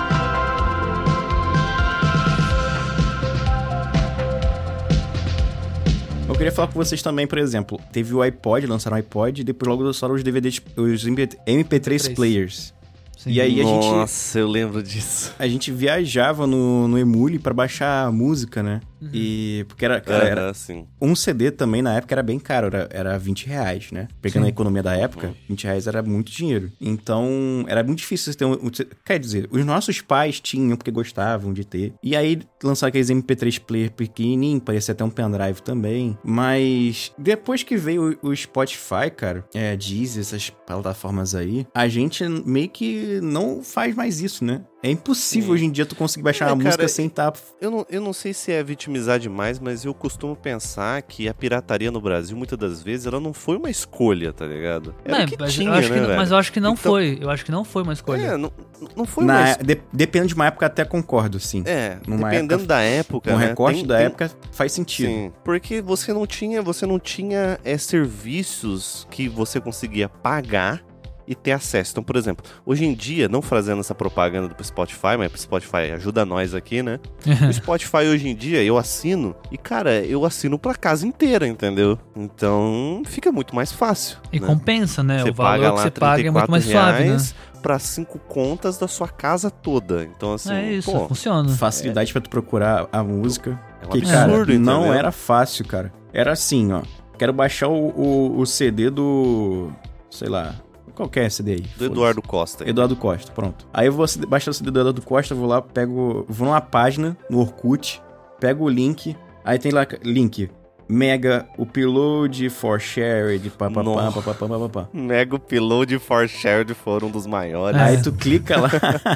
Eu queria falar com vocês também, por exemplo, teve o iPod, lançaram o iPod, e depois logo lançaram os DVDs, os MP3 players. Sim. E aí Nossa, eu lembro disso. a gente viajava no Emule pra baixar música, né? E porque era assim. um CD também na época era bem caro, era R$20, né? Pegando a economia da época, R$20 era muito dinheiro. Então, era muito difícil você ter quer dizer, os nossos pais tinham porque gostavam de ter. E aí lançaram aqueles MP3 player pequenininho, parecia até um pendrive também. Mas depois que veio o Spotify, cara, Deezer, essas plataformas aí, a gente meio que não faz mais isso, né? É impossível hoje em dia tu conseguir baixar uma música cara, sem estar... Eu não sei se é vitimizar demais, mas eu costumo pensar que a pirataria no Brasil, muitas das vezes, ela não foi uma escolha, tá ligado? Era o que tinha, mas eu acho que não Então- foi. Eu acho que não foi uma escolha. É, não foi uma escolha. Dependendo de uma época, até concordo, sim. Numa Dependendo época, da época, no né? recorte da época, faz sentido. Sim, porque você não tinha serviços que você conseguia pagar e ter acesso. Então, por exemplo, hoje em dia, não fazendo essa propaganda do Spotify, mas o Spotify ajuda nós aqui, né? O Spotify hoje em dia, eu assino e, cara, eu assino pra casa inteira, entendeu? Então, fica muito mais fácil. E né? compensa, né? Você O valor paga que lá você paga é muito mais suave, né? pra 5 contas da sua casa toda. Então, assim, É isso, pô, funciona. Facilidade pra tu procurar a música. é um Que, cara, absurdo, não entendeu? era fácil, cara. Era assim, ó. Quero baixar o CD do... Sei lá... Qualquer CD aí. Do Eduardo Costa. Eduardo Costa, pronto. Aí eu vou baixar o CD do Eduardo Costa, vou lá, vou numa página, no Orkut, pego o link, aí tem lá, link, Mega Upload for Shared, papapá. Mega Upload for Shared foram um dos maiores. Aí tu clica lá,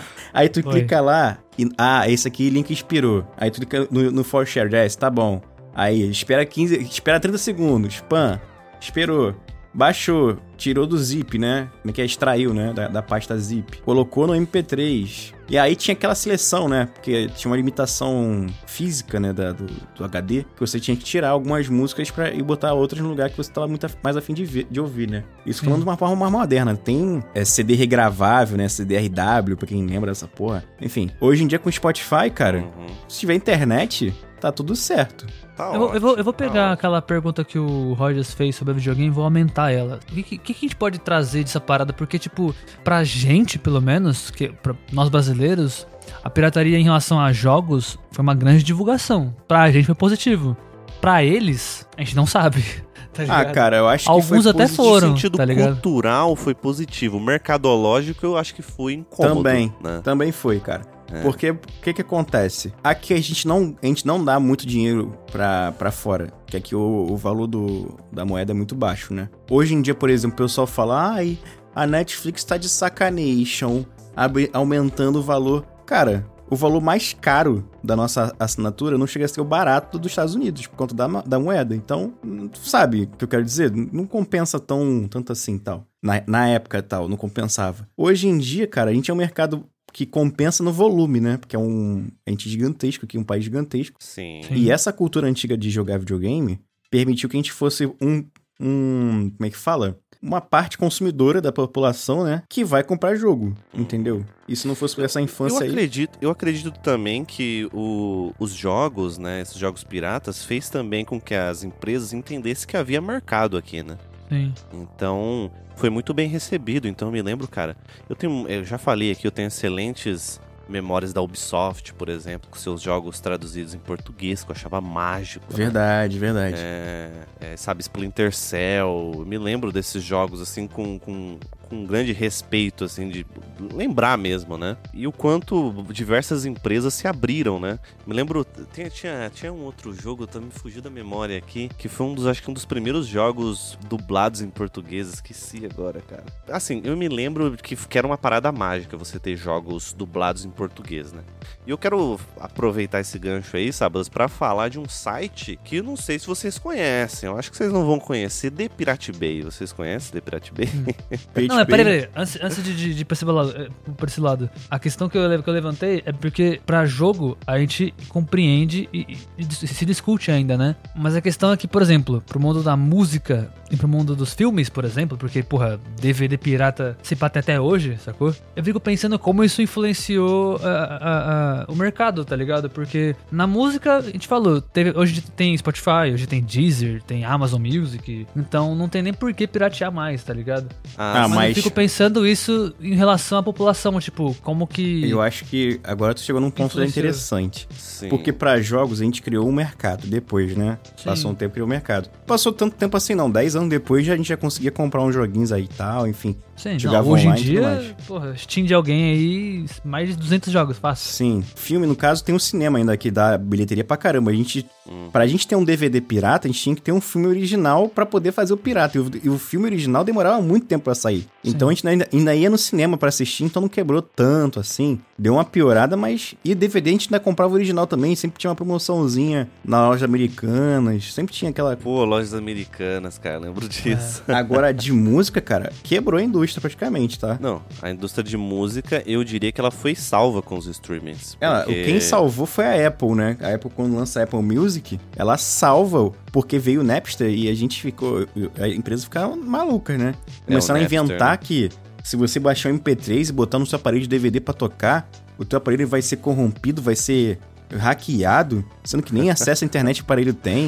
clica lá, e, esse aqui, link expirou. Aí tu clica no for Shared, esse tá bom. Aí, espera 30 segundos, spam, esperou. Baixou, tirou do zip, né? Como é que é? Extraiu, né? Da pasta zip. Colocou no MP3. E aí tinha aquela seleção, né? Porque tinha uma limitação física, né? Do HD. Que você tinha que tirar algumas músicas e botar outras no lugar que você tava muito mais afim de ouvir, né? Isso falando de uma forma mais moderna. Tem CD regravável, né? CD-RW, pra quem lembra dessa porra. Enfim, hoje em dia com o Spotify, cara, se tiver internet, tá tudo certo. Tá Eu vou pegar aquela pergunta que o Rogers fez sobre a videogame e vou aumentar ela. O que a gente pode trazer dessa parada? Porque, tipo, pra gente, pelo menos, pra nós brasileiros, a pirataria em relação a jogos foi uma grande divulgação. Pra gente foi positivo. Pra eles, a gente não sabe. Tá ligado? Cara, eu acho que alguns foi até positivo. foram, No sentido tá ligado? cultural foi positivo. Mercadológico eu acho que foi incômodo. Né? Também foi, cara. Porque o que acontece? Aqui a gente não dá muito dinheiro pra fora. Que aqui o valor da moeda é muito baixo, né? Hoje em dia, por exemplo, o pessoal fala: a Netflix tá de sacanation, aumentando o valor. Cara, o valor mais caro da nossa assinatura não chega a ser o barato dos Estados Unidos, por conta da moeda. Então, sabe o que eu quero dizer? Não compensa tanto assim, tal. Na época, tal, não compensava. Hoje em dia, cara, a gente é um mercado que compensa no volume, né? Porque é um ente gigantesco aqui, um país gigantesco. Sim. E essa cultura antiga de jogar videogame permitiu que a gente fosse como é que fala? Uma parte consumidora da população, né? Que vai comprar jogo, entendeu? E se não fosse por essa infância Eu acredito também que os jogos, né? Esses jogos piratas fez também com que as empresas entendessem que havia mercado aqui, né? Sim. Então, foi muito bem recebido. Então, eu me lembro, cara, eu já falei aqui, eu tenho excelentes memórias da Ubisoft, por exemplo, com seus jogos traduzidos em português, que eu achava mágico. Né? Verdade. Sabe, Splinter Cell, eu me lembro desses jogos, assim, com grande respeito, assim, de lembrar mesmo, né? E o quanto diversas empresas se abriram, né? Me lembro, tinha um outro jogo, me fugiu da memória aqui, que foi acho que um dos primeiros jogos dublados em português, esqueci agora, cara. Assim, eu me lembro que era uma parada mágica você ter jogos dublados em português, né? E eu quero aproveitar esse gancho aí, Sábados, pra falar de um site que eu não sei se vocês conhecem, eu acho que vocês não vão conhecer, The Pirate Bay. Vocês conhecem The Pirate Bay? Não, mas peraí. Antes de ir pra esse lado, a questão que eu levantei é porque pra jogo a gente compreende e se discute ainda, né? Mas a questão é que, por exemplo, pro mundo da música e pro mundo dos filmes, por exemplo, porque, porra, DVD pirata se pata até hoje, sacou? Eu fico pensando como isso influenciou o mercado, tá ligado? Porque na música, a gente falou, hoje tem Spotify, hoje tem Deezer, tem Amazon Music, então não tem nem por que piratear mais, tá ligado? Mas eu fico pensando isso em relação à população, tipo, como que... Eu acho que agora tu chegou num ponto interessante. Sim. Porque pra jogos a gente criou um mercado depois, né? Sim. Passou um tempo e criou o mercado. Passou tanto tempo assim não, 10 anos depois a gente já conseguia comprar uns joguinhos aí e tal, enfim. Sim, Jogava hoje em online e tudo dia, mais. porra, Steam de alguém aí, mais de 200 jogos, fácil. Sim. Filme, no caso, tem um cinema ainda que dá bilheteria pra caramba. Pra gente ter um DVD pirata, a gente tinha que ter um filme original pra poder fazer o pirata. E o filme original demorava muito tempo pra sair. Então a gente ainda ia no cinema pra assistir, então não quebrou tanto assim. Deu uma piorada, mas... E DVD a gente ainda comprava o original também. Sempre tinha uma promoçãozinha na loja Americanas. Sempre tinha aquela... Pô, lojas americanas, cara, lembro disso. Agora, de música, cara, quebrou a indústria praticamente, tá? Não, a indústria de música, eu diria que ela foi salva com os streamings. Quem salvou foi a Apple, né? A Apple, quando lança a Apple Music, ela salva, porque veio o Napster e a gente ficou... A empresa ficava maluca, né? Começaram a inventar que se você baixar um MP3 e botar no seu aparelho de DVD pra tocar, o teu aparelho vai ser corrompido, vai ser hackeado, sendo que nem acesso à internet o aparelho tem.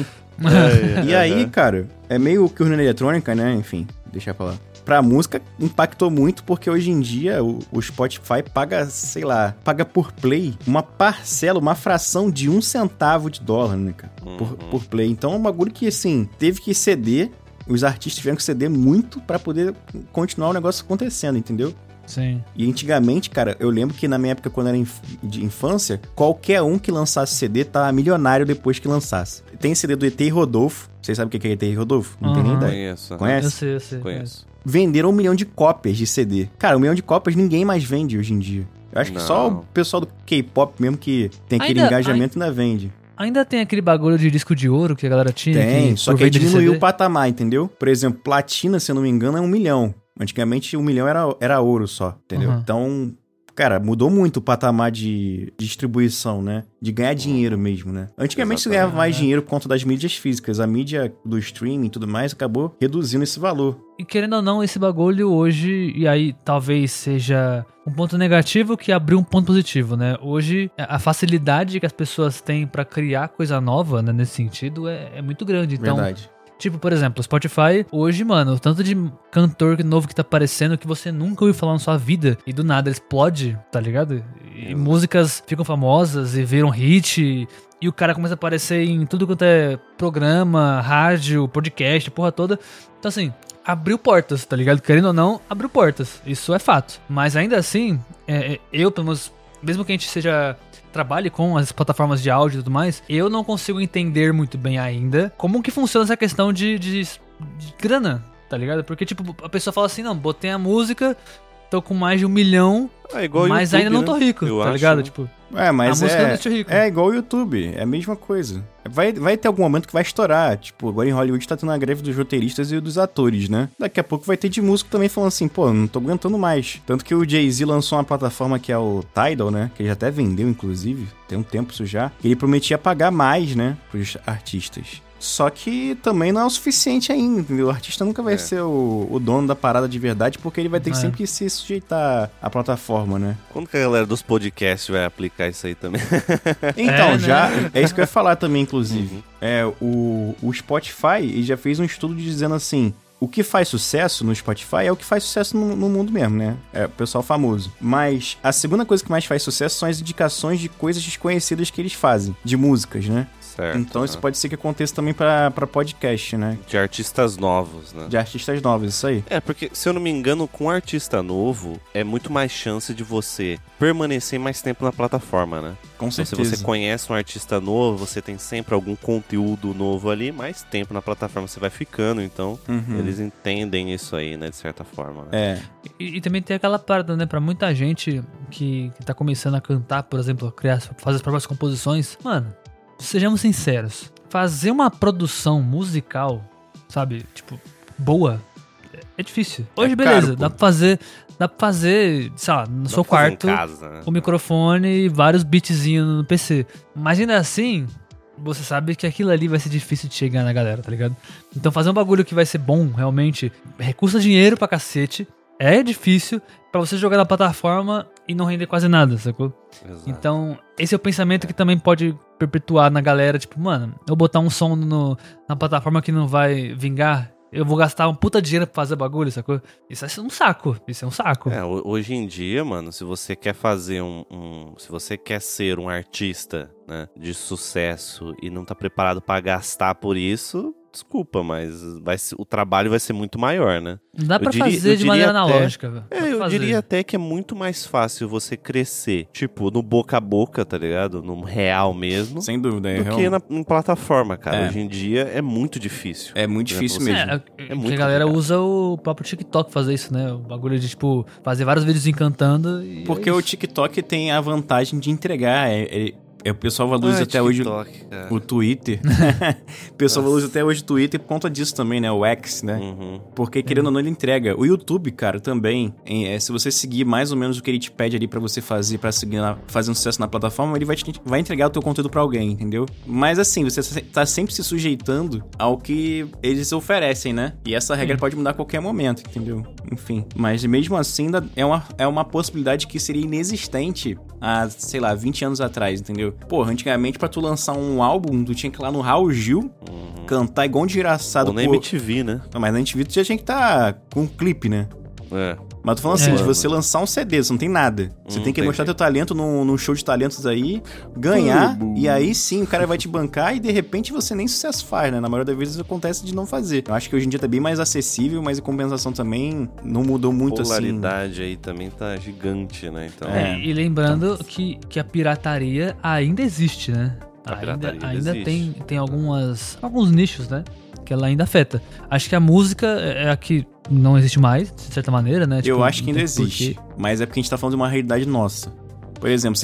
E aí, cara, é meio que urna eletrônica, né? Enfim, deixa pra lá. Pra música, impactou muito, porque hoje em dia o Spotify paga, sei lá, paga por play uma parcela, uma fração de $0,01, né, cara? Por play. Então é um bagulho que, assim, teve que ceder, os artistas tiveram que ceder muito pra poder continuar o negócio acontecendo, entendeu? Sim. E antigamente, cara, eu lembro que na minha época, quando era de infância, qualquer um que lançasse CD tava milionário depois que lançasse. Tem CD do ET e Rodolfo. Vocês sabem o que é ET e Rodolfo? Não tem nem ideia. Conheço. Conhece? Eu sei. Conheço. Venderam 1 milhão de cópias de CD. Cara, 1 milhão de cópias ninguém mais vende hoje em dia. Eu acho que só o pessoal do K-pop mesmo que tem aquele engajamento ainda vende. Ainda tem aquele bagulho de disco de ouro que a galera tinha? Tem, só que aí aproveita de diminuiu CD. o patamar, entendeu? Por exemplo, platina, se eu não me engano, é 1 milhão. Antigamente 1 milhão era ouro só, entendeu? Uhum. Então, cara, mudou muito o patamar de distribuição, né? De ganhar dinheiro mesmo, né? Antigamente você ganhava mais dinheiro por conta das mídias físicas. A mídia do streaming e tudo mais acabou reduzindo esse valor. E querendo ou não, esse bagulho hoje, e aí talvez seja um ponto negativo que abriu um ponto positivo, né? Hoje, a facilidade que as pessoas têm pra criar coisa nova, né, nesse sentido, é muito grande. Então, Verdade. tipo, por exemplo, o Spotify, hoje, mano, o tanto de cantor novo que tá aparecendo que você nunca ouviu falar na sua vida e do nada explode, tá ligado? E músicas ficam famosas e viram hit e o cara começa a aparecer em tudo quanto é programa, rádio, podcast, porra toda. Então, assim, abriu portas, tá ligado? Querendo ou não, abriu portas. Isso é fato. Mas ainda assim, eu, pelo menos, mesmo que a gente trabalhe com as plataformas de áudio e tudo mais, eu não consigo entender muito bem ainda como que funciona essa questão de grana, tá ligado? Porque, tipo, a pessoa fala assim, não, botei a música, tô com mais de 1 milhão, igual mas YouTube, ainda não tô rico, Eu tá acho, ligado? né? Tipo, Mas a música não deixa rico. é igual o YouTube, é a mesma coisa. Vai ter algum momento que vai estourar. Tipo, agora em Hollywood tá tendo a greve dos roteiristas e dos atores, né? Daqui a pouco vai ter de músico também falando assim, pô, não tô aguentando mais. Tanto que o Jay-Z lançou uma plataforma que é o Tidal, né? Que ele já até vendeu, inclusive, tem um tempo isso já. Ele prometia pagar mais, né, pros artistas. Só que também não é o suficiente ainda, entendeu? O artista nunca vai ser o dono da parada de verdade, porque ele vai ter que sempre que se sujeitar à plataforma, né? Quando que a galera dos podcasts vai aplicar isso aí também? Então, né? é isso que eu ia falar também, inclusive. O Spotify ele já fez um estudo dizendo assim, o que faz sucesso no Spotify é o que faz sucesso no mundo mesmo, né? É o pessoal famoso. Mas a segunda coisa que mais faz sucesso são as indicações de coisas desconhecidas que eles fazem, de músicas, né? Certo. Então isso pode ser que aconteça também pra podcast, né? De artistas novos, né? De artistas novos, isso aí. Porque, se eu não me engano, com um artista novo, é muito mais chance de você permanecer mais tempo na plataforma, né? Com Então, certeza. se você conhece um artista novo, você tem sempre algum conteúdo novo ali, mais tempo na plataforma você vai ficando, então eles entendem isso aí, né, de certa forma. Né? E também tem aquela parada, né, pra muita gente que tá começando a cantar, por exemplo, fazer as próprias composições. Mano, sejamos sinceros, fazer uma produção musical, sabe, tipo, boa, é difícil. Hoje, beleza, caro, dá pra fazer, sei lá, no seu quarto, Em casa, né? o microfone e vários beatzinhos no PC. Mas ainda assim, você sabe que aquilo ali vai ser difícil de chegar na galera, tá ligado? Então fazer um bagulho que vai ser bom, realmente, custa dinheiro pra cacete, é difícil pra você jogar na plataforma e não render quase nada, sacou? Exato. Então, esse é o pensamento que também pode perpetuar na galera, tipo, mano, eu botar um som na plataforma que não vai vingar, eu vou gastar um puta dinheiro pra fazer bagulho, sacou? Isso é um saco, Hoje em dia, mano, se você quer fazer se você quer ser um artista, né, de sucesso e não tá preparado pra gastar por isso, desculpa, mas o trabalho vai ser muito maior, né? Dá pra fazer de maneira analógica, velho. Eu diria até que é muito mais fácil você crescer, tipo, no boca a boca, tá ligado? No real mesmo. Sem dúvida, do que em plataforma, cara. Hoje em dia é muito difícil. É muito difícil mesmo. É muito que a galera complicado. usa o próprio TikTok fazer isso, né? O bagulho de, tipo, fazer vários vídeos cantando e Porque o TikTok tem a vantagem de entregar. O pessoal valoriza até TikTok, hoje cara. o Twitter. O pessoal valoriza até hoje o Twitter por conta disso também, né? O X, né? Porque, querendo ou não, ele entrega. O YouTube, cara, também. Se você seguir mais ou menos o que ele te pede ali pra você fazer, pra seguir fazer um sucesso na plataforma, ele vai entregar o teu conteúdo pra alguém, entendeu? Mas assim, você tá sempre se sujeitando ao que eles oferecem, né? E essa regra pode mudar a qualquer momento, entendeu? Enfim. Mas mesmo assim, ainda é uma possibilidade que seria inexistente há, sei lá, 20 anos atrás, entendeu? Porra, antigamente pra tu lançar um álbum, tu tinha que ir lá no Raul Gil, cantar igual um desgraçado. Ou na MTV, né? Não, mas na MTV tu já tinha que estar com um clipe, né? É. Mas tô falando assim, de você lançar um CD, você não tem nada. Você tem que mostrar teu talento num show de talentos aí, ganhar, e aí sim o cara vai te bancar e de repente você nem sucesso faz, né? Na maioria das vezes acontece de não fazer. Eu acho que hoje em dia tá bem mais acessível, mas em compensação também não mudou muito assim. A popularidade aí também tá gigante, né? Então, E lembrando que a pirataria ainda existe, né? Ainda existe. tem alguns nichos, né? Que ela ainda afeta. Acho que a música é a que não existe mais, de certa maneira, né? Eu acho que ainda existe, mas é porque a gente tá falando de uma realidade nossa. Por exemplo,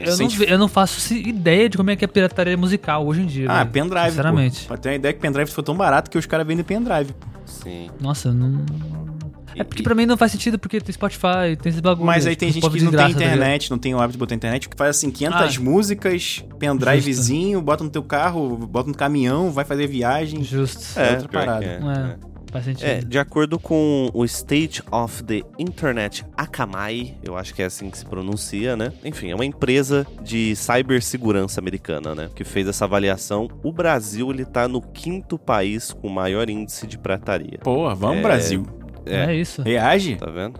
eu não faço ideia de como é que é a pirataria musical hoje em dia. Ah, pendrive, sinceramente. Pô. Tem uma ideia que pendrive ficou tão barato que os caras vendem pendrive, pô. Sim. Nossa, não... É porque pra mim não faz sentido, porque tem Spotify, tem esse bagulho. Mas aí tem gente que não tem internet, tá não tem o hábito de botar internet, que faz assim, 500 músicas, pendrivezinho, bota no teu carro, bota no caminhão, vai fazer viagem. Justo. É outra parada. Faz sentido. De acordo com o State of the Internet Akamai, eu acho que é assim que se pronuncia, né? Enfim, é uma empresa de cibersegurança americana, né? Que fez essa avaliação. O Brasil, ele tá no 5º país com maior índice de pirataria. Pô, vamos Brasil. É isso. Reage? Tá vendo?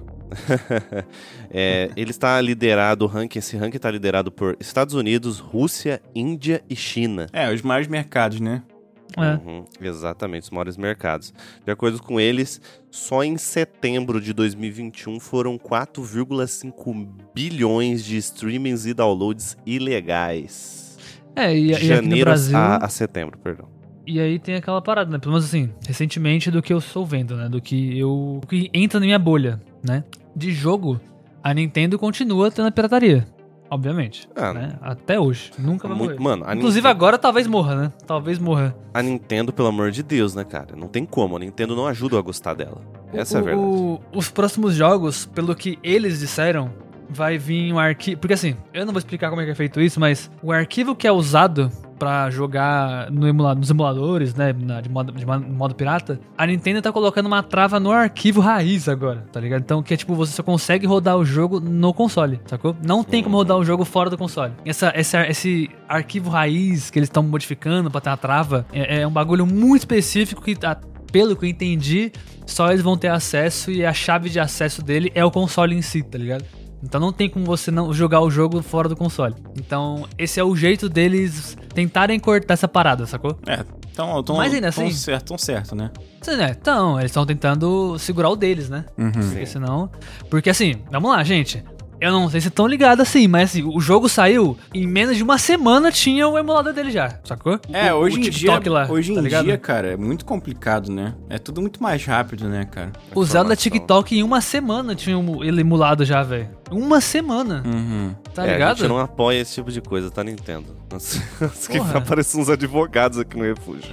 Ele está liderado, esse ranking está liderado por Estados Unidos, Rússia, Índia e China. Os maiores mercados, né? Exatamente, os maiores mercados. De acordo com eles, só em setembro de 2021 foram 4,5 bilhões de streamings e downloads ilegais. E de janeiro aqui no Brasil... a setembro, perdão. E aí tem aquela parada, né? Pelo menos assim, recentemente do que eu estou vendo, né? Do que entra na minha bolha, né? De jogo, a Nintendo continua tendo a pirataria. Obviamente. Né? Até hoje. Nunca vai morrer. Mano, inclusive agora talvez morra, né? Talvez morra. A Nintendo, pelo amor de Deus, né, cara? Não tem como. A Nintendo não ajuda a gostar dela. Essa é a verdade. Os próximos jogos, pelo que eles disseram, vai vir um arquivo... Porque assim, eu não vou explicar como é que é feito isso, mas o arquivo que é usado pra jogar nos emuladores, né, de modo pirata, a Nintendo tá colocando uma trava no arquivo raiz agora, tá ligado? Então, que é tipo, você só consegue rodar o jogo no console, sacou? Não tem como rodar o jogo fora do console. Esse arquivo raiz que eles estão modificando pra ter a trava, é um bagulho muito específico que, pelo que eu entendi, só eles vão ter acesso e a chave de acesso dele é o console em si, tá ligado? Então não tem como você não jogar o jogo fora do console. Então esse é o jeito deles tentarem cortar essa parada, sacou? Mas ainda assim... Tão certo, né? Então, eles estão tentando segurar o deles, né? Porque senão... Porque assim, vamos lá, gente. Eu não sei se estão ligados assim, mas assim, o jogo saiu, em menos de uma semana tinha o emulador dele já, sacou? Hoje em TikTok dia, lá, hoje tá em ligado? dia, cara, é muito complicado, né? É tudo muito mais rápido, né, cara? O Zelda TikTok em uma semana tinha ele emulado já, velho. Uma semana. Tá ligado? A gente não apoia esse tipo de coisa, tá, Nintendo? Que aparecem uns advogados aqui no refúgio.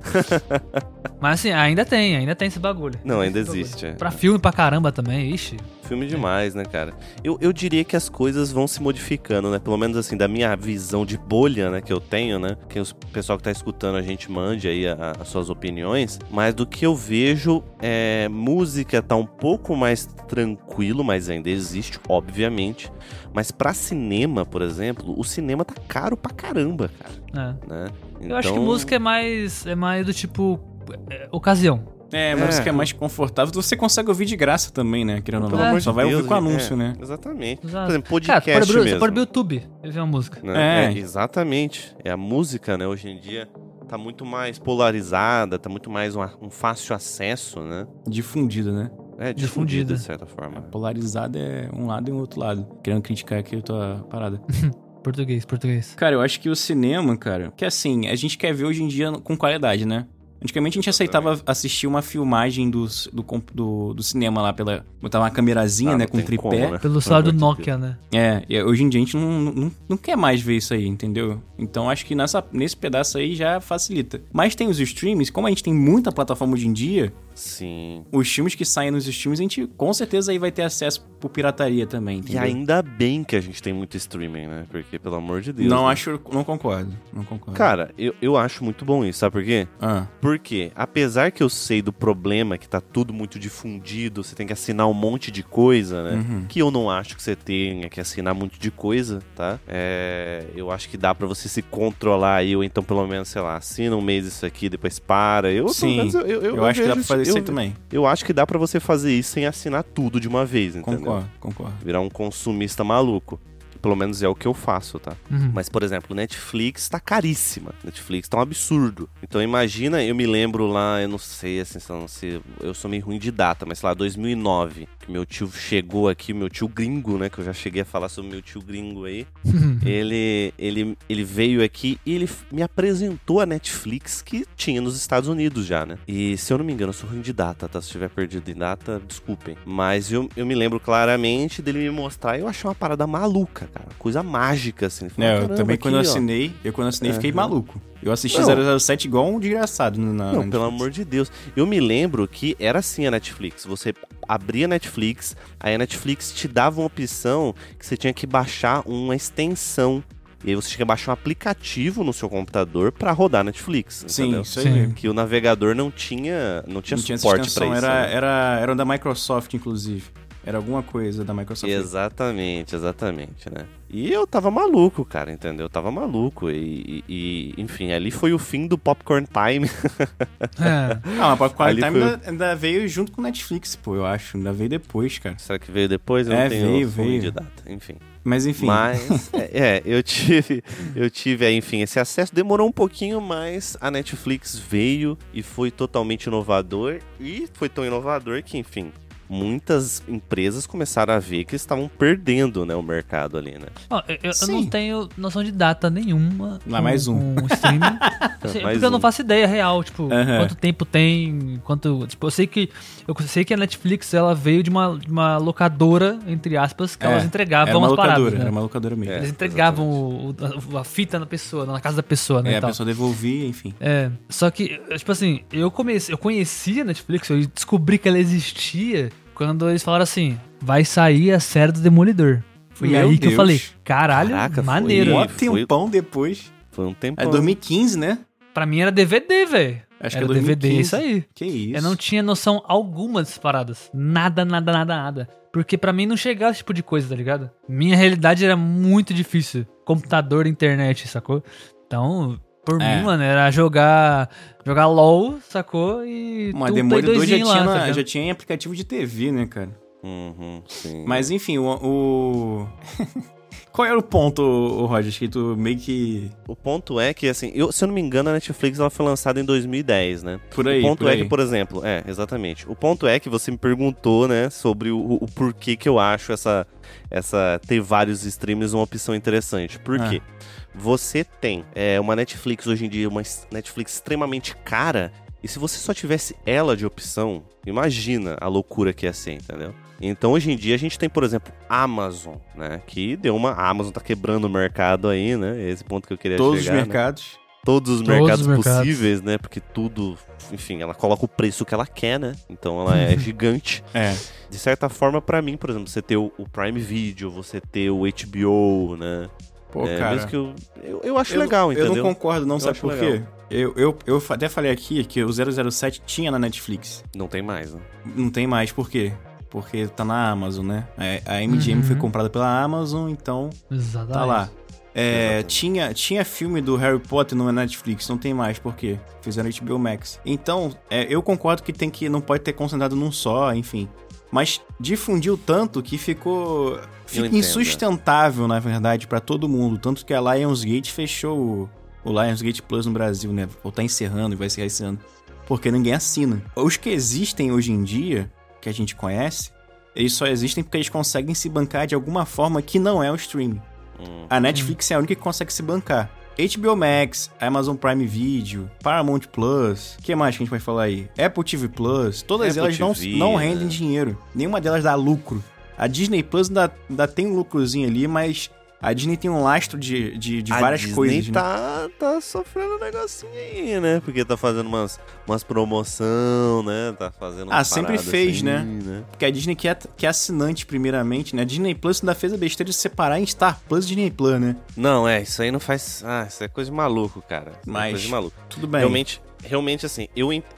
Mas assim, ainda tem esse bagulho. Não, ainda existe. Pra filme pra caramba também, ixi. Filme demais, né, cara? Eu diria que as coisas vão se modificando, né? Pelo menos assim, da minha visão de bolha, né, que eu tenho, né? Que o pessoal que tá escutando a gente mande aí as suas opiniões. Mas do que eu vejo, música tá um pouco mais tranquilo, mas ainda existe, obviamente. Mas pra cinema, por exemplo, o cinema tá caro pra caramba, cara. Né? Então... Eu acho que música é mais do tipo... ocasião. Música é mais confortável. Você consegue ouvir de graça também, né? Querendo ou não. Só vai ouvir com anúncio, né? Exatamente. Exato. Por exemplo, podcast mesmo. Você pode ver o YouTube e ver uma música. Né? Exatamente. É a música, né? Hoje em dia, tá muito mais polarizada, tá muito mais um fácil acesso, né? Difundida, né? É, difundida, de certa forma. Polarizada é um lado e um outro lado. Querendo criticar aqui a tua parada. Português. Cara, eu acho que o cinema, cara... Que assim, a gente quer ver hoje em dia com qualidade, né? Antigamente a gente aceitava assistir uma filmagem do cinema lá botava uma camerazinha, né, com tripé. Como, né? Pelo celular do Nokia, né? E hoje em dia a gente não quer mais ver isso aí, entendeu? Então acho que nesse pedaço aí já facilita. Mas tem os streams, como a gente tem muita plataforma hoje em dia... Sim. Os filmes que saem nos streams, a gente com certeza aí vai ter acesso por pirataria também, entendeu? E ainda bem que a gente tem muito streaming, né? Porque, pelo amor de Deus... Não concordo. Cara, eu acho muito bom isso, sabe por quê? Porque, apesar que eu sei do problema que tá tudo muito difundido, você tem que assinar um monte de coisa, né? Que eu não acho que você tenha que assinar um monte de coisa, tá? Eu acho que dá pra você se controlar aí, ou então pelo menos, sei lá, assina um mês isso aqui, depois para. Sim, eu acho que dá pra fazer isso aí também. Eu acho que dá pra você fazer isso sem assinar tudo de uma vez, entendeu? Concordo. Virar um consumista maluco. Pelo menos é o que eu faço, tá? Mas, por exemplo, Netflix tá caríssima. Netflix tá um absurdo. Então, imagina, eu me lembro lá, eu não sei, assim, eu sou meio ruim de data, mas sei lá, 2009, que meu tio chegou aqui, meu tio gringo, né? Que eu já cheguei a falar sobre meu tio gringo aí. Ele veio aqui e ele me apresentou a Netflix que tinha nos Estados Unidos já, né? E, se eu não me engano, eu sou ruim de data, tá? Se estiver perdido em data, desculpem. Mas eu me lembro claramente dele me mostrar e eu achei uma parada maluca, cara. Coisa mágica, assim. Falei, eu também, quando eu assinei, fiquei maluco. Eu assisti 007 igual um desgraçado. Não, pelo amor de Deus. Eu me lembro que era assim a Netflix. Você abria a Netflix, aí a Netflix te dava uma opção que você tinha que baixar uma extensão. E aí você tinha que baixar um aplicativo no seu computador pra rodar Netflix. Sim, entendeu? isso aí mesmo. Que o navegador não tinha suporte pra isso. Era da Microsoft, inclusive. Era alguma coisa da Microsoft. Exatamente, né? E eu tava maluco, cara, entendeu? Eu tava maluco e enfim, ali foi o fim do Popcorn Time. Mas Popcorn Time ainda veio junto com o Netflix, pô, eu acho. Ainda veio depois, cara. Será que veio depois? Eu não tenho fome de data, enfim. Mas enfim. Eu tive, enfim, esse acesso demorou um pouquinho, mas a Netflix veio e foi totalmente inovador. E foi tão inovador que, enfim... muitas empresas começaram a ver que eles estavam perdendo, né, o mercado ali, né? Eu não tenho noção de data nenhuma. Lá mais um. Com streaming. Porque eu não faço ideia real, tipo, quanto tempo tem, tipo, eu sei que a Netflix, ela veio de uma locadora, entre aspas, que elas entregavam as paradas, né? Era uma locadora mesmo. Eles entregavam a fita na pessoa, na casa da pessoa, né? A pessoa devolvia, enfim. Só que, tipo assim, eu conhecia a Netflix, eu descobri que ela existia quando eles falaram assim, vai sair a série do Demolidor. Foi aí que eu falei, caralho, maneiro. Um tempão depois. Foi um tempão. É 2015, né? Pra mim era DVD, velho. Acho era que é 2015. DVD, isso aí. Que isso. Eu não tinha noção alguma dessas paradas. Nada. Porque pra mim não chegava esse tipo de coisa, tá ligado? Minha realidade era muito difícil. Computador, internet, sacou? Então... Por mim, mano, era jogar LOL, sacou? E uma Demolidor já tinha aplicativo de TV, né, cara? Sim. Mas, enfim, Qual era o ponto, Roger? Acho que tu meio que... O ponto é que, assim, se eu não me engano, a Netflix ela foi lançada em 2010, né? Por aí, O ponto é que, por exemplo... exatamente. O ponto é que você me perguntou, né, sobre o porquê que eu acho essa ter vários streams uma opção interessante. Por quê? Você tem uma Netflix hoje em dia, uma Netflix extremamente cara, e se você só tivesse ela de opção, imagina a loucura que ia ser, entendeu? Então hoje em dia a gente tem, por exemplo, Amazon, né? A Amazon tá quebrando o mercado aí, né? Esse ponto que eu queria chegar. Todos os mercados. Né? Todos os mercados possíveis, né? Porque tudo, enfim, ela coloca o preço que ela quer, né? Então ela é gigante. De certa forma, pra mim, por exemplo, você ter o Prime Video, você ter o HBO, né? Pô, cara... Mesmo que eu acho legal, entendeu? Eu não concordo não, sabe por quê? Eu até falei aqui que o 007 tinha na Netflix. Não tem mais, né? Não tem mais, por quê? Porque tá na Amazon, né? A MGM foi comprada pela Amazon, então Exatamente. Tá lá. Tinha filme do Harry Potter no Netflix, não tem mais, por quê? Fizeram HBO Max. Então, eu concordo que não pode ter concentrado num só, enfim. Mas difundiu tanto que fica insustentável, na verdade, pra todo mundo. Tanto que a Lionsgate fechou o o Lionsgate Plus no Brasil, né? Ou tá encerrando e vai encerrar esse ano. Porque ninguém assina. Os que existem hoje em dia, que a gente conhece, eles só existem porque eles conseguem se bancar de alguma forma que não é o streaming. A Netflix é a única que consegue se bancar. HBO Max, Amazon Prime Video, Paramount Plus, o que mais que a gente vai falar aí? Apple TV Plus, todas Apple elas TV, não rendem dinheiro. Nenhuma delas dá lucro. A Disney Plus ainda tem um lucrozinho ali, mas a Disney tem um lastro de várias coisas, né? Tá sofrendo um negocinho aí, né? Porque tá fazendo umas promoção, né? Tá fazendo umas sempre paradas fez, assim, né? Porque a Disney que é assinante primeiramente, né? A Disney Plus ainda fez a besteira de separar em Star Plus e Disney Plus, né? Não, isso aí não faz... isso é coisa de maluco, cara. Mas, coisa de maluco. Tudo bem. Realmente, assim,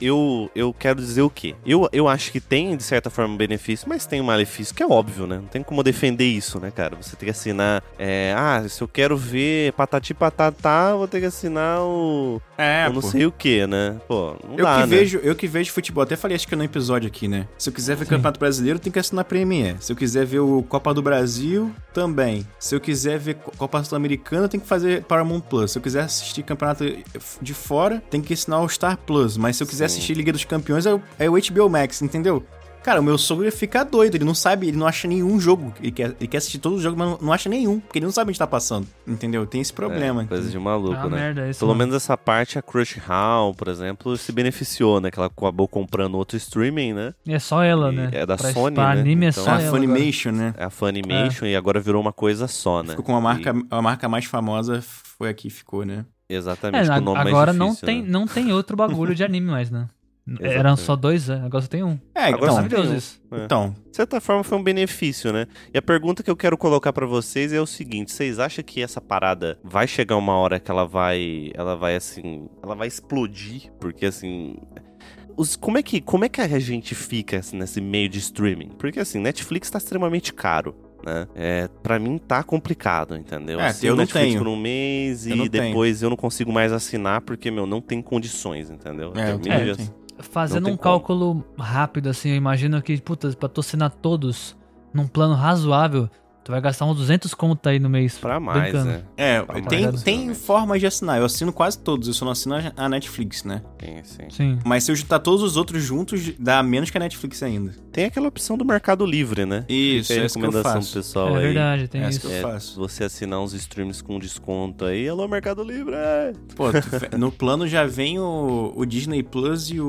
eu quero dizer o quê? Eu acho que tem, de certa forma, um benefício, mas tem um malefício, que é óbvio, né? Não tem como defender isso, né, cara? Você tem que assinar... se eu quero ver patati patatá, vou ter que assinar o... eu não sei o que, né? Pô, não dá, né? Eu que vejo futebol, até falei acho que no episódio aqui, né? Se eu quiser ver Campeonato Brasileiro, tem que assinar Premier. Se eu quiser ver o Copa do Brasil, também. Se eu quiser ver Copa Sul-Americana, tem que fazer Paramount Plus. Se eu quiser assistir campeonato de fora, tem que assinar o Star Plus, mas se eu quiser assistir Liga dos Campeões é o HBO Max, entendeu? Cara, o meu sogro ia ficar doido, ele não acha nenhum jogo, ele quer assistir todos os jogos, mas não acha nenhum, porque ele não sabe onde tá passando, entendeu? Tem esse problema. Coisa de maluco, né? Merda, isso, Pelo menos essa parte, a Crush Hall, por exemplo, se beneficiou, né? Que ela acabou comprando outro streaming, né? E é só ela, né? É da pra Sony, pra né? anime Então, é só ela. A Funimation, né? É a Funimation e agora virou uma coisa só, né? Ficou com a marca mais famosa, foi aqui, ficou, né? Exatamente, com o nome agora mais difícil, não tem outro bagulho de anime mais, né? Eram só dois, agora só tem um. Agora só tem Maravilhoso um. isso. Então, de certa forma foi um benefício, né? E a pergunta que eu quero colocar pra vocês é o seguinte: vocês acham que essa parada vai chegar uma hora que ela vai explodir? Porque assim, como é que a gente fica assim, nesse meio de streaming? Porque assim, Netflix tá extremamente caro, né? Pra mim tá complicado, entendeu? Eu não Netflix tenho. por um mês e depois eu não consigo mais assinar porque, não tem condições, entendeu? eu tenho. Fazendo um cálculo rápido, assim, eu imagino que, pra tu assinar todos num plano razoável, tu vai gastar uns 200 conto aí no mês. Pra mais, brincando. né? Tem formas de assinar. Eu assino quase todos, eu só não assino a Netflix, né? Sim. Mas se eu juntar todos os outros juntos, dá menos que a Netflix ainda. Tem aquela opção do Mercado Livre, né? Isso, é a essa que eu recomendação faço. do pessoal É aí. verdade, tem Essa isso. que eu faço. Você assinar uns streams com desconto aí. Alô, Mercado Livre! Pô, no plano já vem o Disney Plus e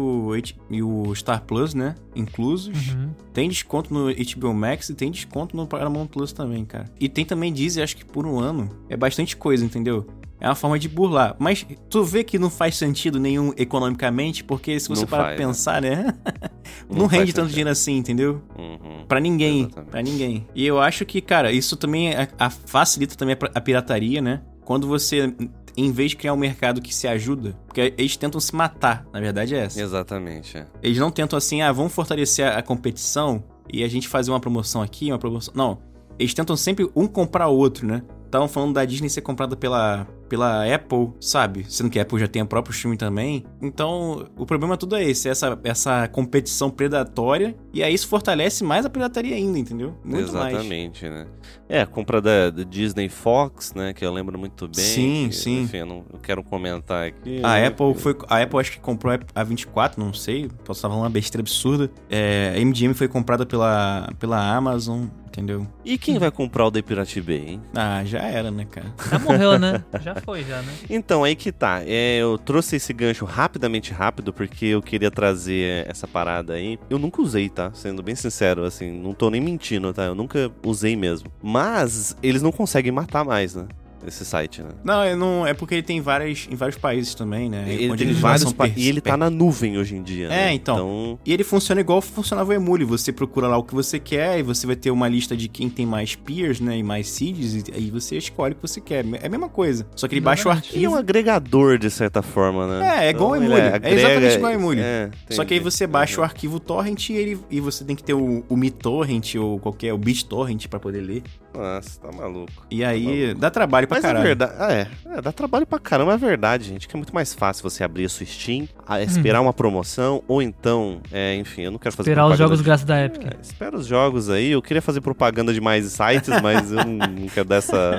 o Star Plus, né? Inclusos. Uhum. Tem desconto no HBO Max e tem desconto no Paramount Plus também, cara. E tem também Disney, acho que por um ano. É bastante coisa, entendeu? É uma forma de burlar. Mas tu vê que não faz sentido nenhum economicamente, porque se você parar pra pensar, né? não rende tanto dinheiro assim, entendeu? Uhum. Pra ninguém. Exatamente. Pra ninguém. E eu acho que, cara, isso também facilita também a pirataria, né? Quando você, em vez de criar um mercado que se ajuda, porque eles tentam se matar, na verdade é essa. Exatamente. Eles não tentam assim, vamos fortalecer a competição e a gente fazer uma promoção aqui, uma promoção... Não, eles tentam sempre um comprar o outro, né? Estavam falando da Disney ser comprada pela Apple, sabe? Sendo que a Apple já tem o próprio streaming também. Então, o problema tudo é esse, essa competição predatória. E aí isso fortalece mais a pirataria ainda, entendeu? Muito mais. Exatamente, né? A compra da Disney Fox, né? Que eu lembro muito bem. Sim. Enfim, eu não quero comentar aqui. A Apple acho que comprou a 24, não sei. Posso estar falando uma besteira absurda. A MGM foi comprada pela Amazon, entendeu? E quem vai comprar o The Pirate Bay, hein? Já era, né, cara? Já morreu, né? Já foi, né? Então, aí que tá. Eu trouxe esse gancho rápido, porque eu queria trazer essa parada aí. Eu nunca usei, tá? Sendo bem sincero, assim, não tô nem mentindo, tá? Eu nunca usei mesmo. Mas eles não conseguem matar mais, né? Esse site, né? Não, é porque ele tem em vários países também, né? Ele tem vários e ele tá na nuvem hoje em dia, né? Então... E ele funciona igual funcionava o Emule. Você procura lá o que você quer e você vai ter uma lista de quem tem mais peers, né? E mais seeds, e aí você escolhe o que você quer. É a mesma coisa. Só que ele baixa o arquivo. E é um agregador, de certa forma, né? É igual o Emule. É exatamente igual o Emule. Só que aí você baixa o o arquivo torrent e você tem que ter o MiTorrent ou qualquer, o BitTorrent pra poder ler. Nossa, tá maluco. E aí dá trabalho pra caralho. Mas é verdade, dá trabalho pra caramba, é verdade, gente, que é muito mais fácil você abrir a sua Steam, esperar uma promoção, ou então, enfim, eu não quero fazer esperar os jogos grátis da Epic. Espera os jogos aí, eu queria fazer propaganda de mais sites, mas eu não quero dar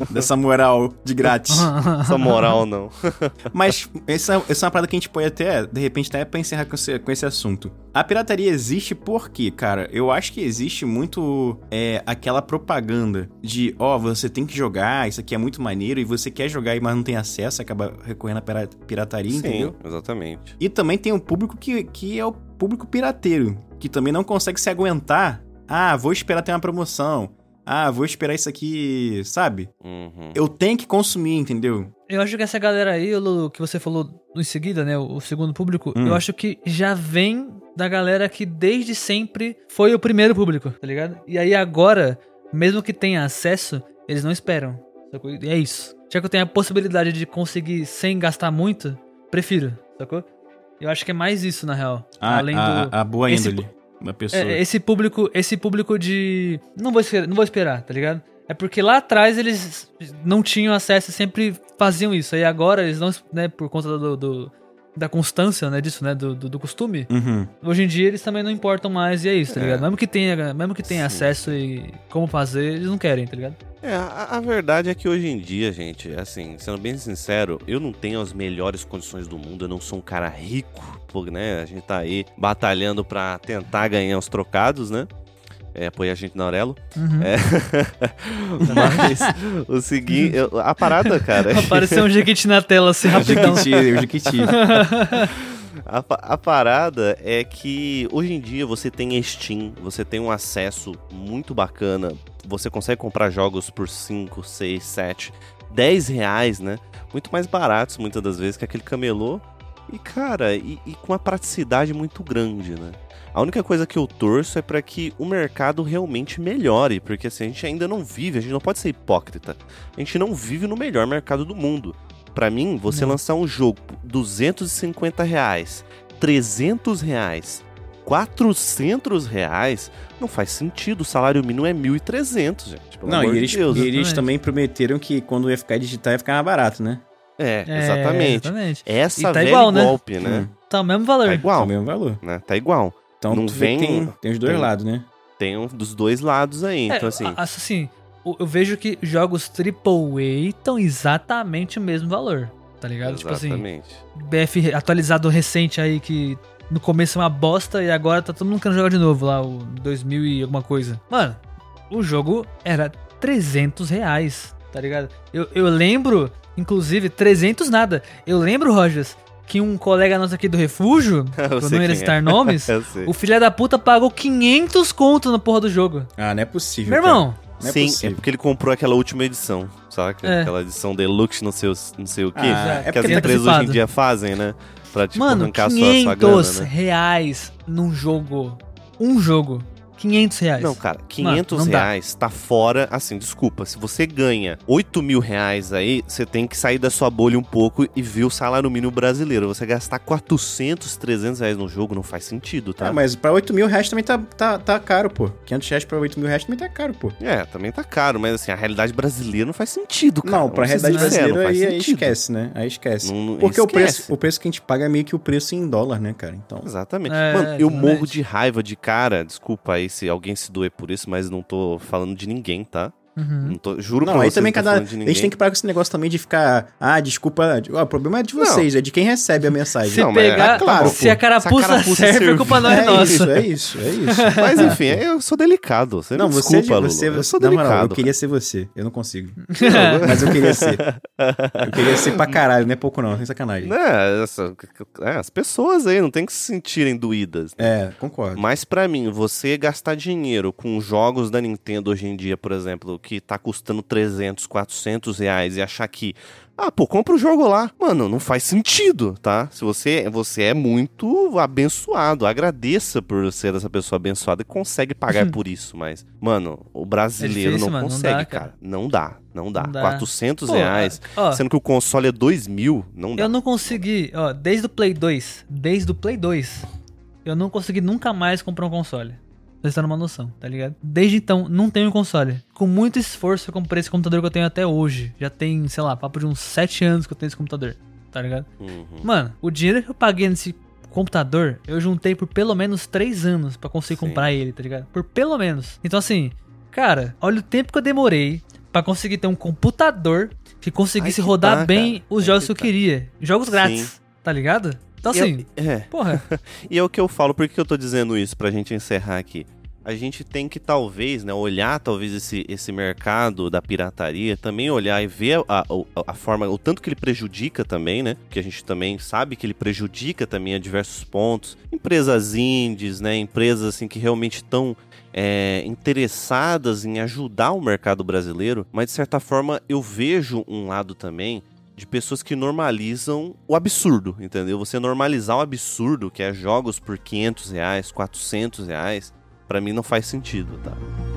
dessa moral de grátis. Essa moral, não. Mas essa é uma parada que a gente pode até, de repente, até pra encerrar com esse assunto. A pirataria existe porque, cara, eu acho que existe muito aquela propaganda de, você tem que jogar, isso aqui é muito maneiro, e você quer jogar, mas não tem acesso, acaba recorrendo à pirataria, entendeu? Sim, exatamente. E também tem um público que é o público pirateiro, que também não consegue se aguentar. Vou esperar ter uma promoção. Vou esperar isso aqui, sabe? Uhum. Eu tenho que consumir, entendeu? Eu acho que essa galera aí, Lulu, que você falou em seguida, né, o segundo público, eu acho que já vem da galera que desde sempre foi o primeiro público, tá ligado? E aí agora, mesmo que tenha acesso, eles não esperam. Sacou? E é isso. Já que eu tenho a possibilidade de conseguir sem gastar muito, prefiro, sacou? Eu acho que é mais isso, na real. Além a boa índole da pessoa. Esse público de... Não vou esperar, tá ligado? É porque lá atrás eles não tinham acesso e sempre faziam isso. Aí agora eles não, né, por conta da constância, né, disso, né, do costume. Uhum. Hoje em dia eles também não importam mais e é isso, tá ligado? Mesmo que tenha acesso e como fazer, eles não querem, tá ligado? A verdade é que hoje em dia, gente, assim, sendo bem sincero, eu não tenho as melhores condições do mundo, eu não sou um cara rico, né? A gente tá aí batalhando pra tentar ganhar os trocados, né? Apoiar a gente na Aurelo. Uhum. Mas o seguinte, a parada, cara... Apareceu um Jequiti na tela, assim, rapidão. O Jequiti. A parada é que hoje em dia você tem Steam, você tem um acesso muito bacana, você consegue comprar jogos por 5, 6, 7, 10 reais, né? Muito mais baratos muitas das vezes que aquele camelô. E cara, e com uma praticidade muito grande, né? A única coisa que eu torço é para que o mercado realmente melhore, porque assim, a gente ainda não vive, a gente não pode ser hipócrita, a gente não vive no melhor mercado do mundo. Pra mim, você lançar um jogo por 250 reais, 300 reais, 400 reais, não faz sentido. O salário mínimo é 1.300, gente. Pelo amor de Deus. E eles também prometeram que quando ia ficar digital ia ficar mais barato, né? Exatamente. Essa tá velha igual, né? golpe, né? Tá o mesmo valor. Tá igual. Tá o mesmo valor. Né? Tá igual. Então não vem... tem os dois lados, né? Tem dos dois lados aí, então assim... Eu vejo que jogos AAA estão exatamente o mesmo valor, tá ligado? Exatamente. Tipo assim, BF atualizado recente aí que no começo é uma bosta e agora tá todo mundo querendo jogar de novo lá, o 2000 e alguma coisa. Mano, o jogo era 300 reais, tá ligado? Eu lembro, inclusive, 300 nada. Eu lembro, Rogers, que um colega nosso aqui do Refúgio, eu não ia citar nomes, o filho da puta pagou 500 conto na porra do jogo. Não é possível, meu irmão... Sim, é porque ele comprou aquela última edição, sabe? Aquela edição deluxe, não sei o quê. Que as empresas hoje em dia fazem, né? Pra, tipo, arrancar sua grana, né? 500 reais num jogo. Um jogo. 500 reais. Não, cara, 500 reais tá fora, assim, desculpa, se você ganha 8 mil reais aí, você tem que sair da sua bolha um pouco e ver o salário mínimo brasileiro. Você gastar 400, 300 reais no jogo não faz sentido, tá? Mas pra 8 mil reais também tá caro, pô. 500 reais pra 8 mil reais também tá caro, pô. Também tá caro, mas assim, a realidade brasileira não faz sentido, cara. Não, pra realidade brasileira aí esquece, né? Aí esquece. Porque o preço que a gente paga é meio que o preço em dólar, né, cara? Então... Exatamente. Mano, eu morro de raiva de cara, desculpa aí se alguém se doer por isso, mas não tô falando de ninguém, tá? Não juro pra aí vocês, também a gente tem que parar com esse negócio também de ficar, desculpa, o problema é de vocês, é de quem recebe a mensagem. Se pegar, claro, se a carapuça serve, a culpa não é nossa. É isso. Mas enfim, eu sou delicado, você não me desculpa, Lulu. Eu sou delicado. Moral, eu queria ser você, eu não consigo. Mas eu queria ser. Eu queria ser pra caralho, não é pouco não, sem sacanagem. As pessoas aí não tem que se sentirem doídas. Né? Concordo. Mas pra mim, você gastar dinheiro com jogos da Nintendo hoje em dia, por exemplo, que tá custando 300, 400 reais e achar que, compra o jogo lá. Mano, não faz sentido, tá? Se você é muito abençoado, agradeça por ser essa pessoa abençoada e consegue pagar por isso, mas, mano, o brasileiro difícil, não consegue, não dá, cara. Não dá. 400 reais, sendo que o console é 2.000, não dá. Eu não consegui, desde o Play 2, eu não consegui nunca mais comprar um console. Vocês estão numa noção, tá ligado? Desde então, não tenho console. Com muito esforço, eu comprei esse computador que eu tenho até hoje. Já tem, sei lá, papo de uns 7 anos que eu tenho esse computador, tá ligado? Mano, o dinheiro que eu paguei nesse computador, eu juntei por pelo menos 3 anos pra conseguir comprar ele, tá ligado? Por pelo menos. Então assim, cara, olha o tempo que eu demorei pra conseguir ter um computador que conseguisse Aí que rodar tá, bem cara. os Aí jogos que que eu tá. queria. Jogos grátis, tá ligado? Então assim, porra. E é o que eu falo, por que eu tô dizendo isso pra gente encerrar aqui? A gente tem que talvez, né, olhar talvez esse mercado da pirataria, também olhar e ver a forma, o tanto que ele prejudica também, né? Que a gente também sabe que ele prejudica também a diversos pontos. Empresas indies, né? Empresas assim que realmente estão interessadas em ajudar o mercado brasileiro, mas de certa forma eu vejo um lado também de pessoas que normalizam o absurdo, entendeu? Você normalizar o absurdo, que é jogos por R$500, R$400, pra mim não faz sentido, tá?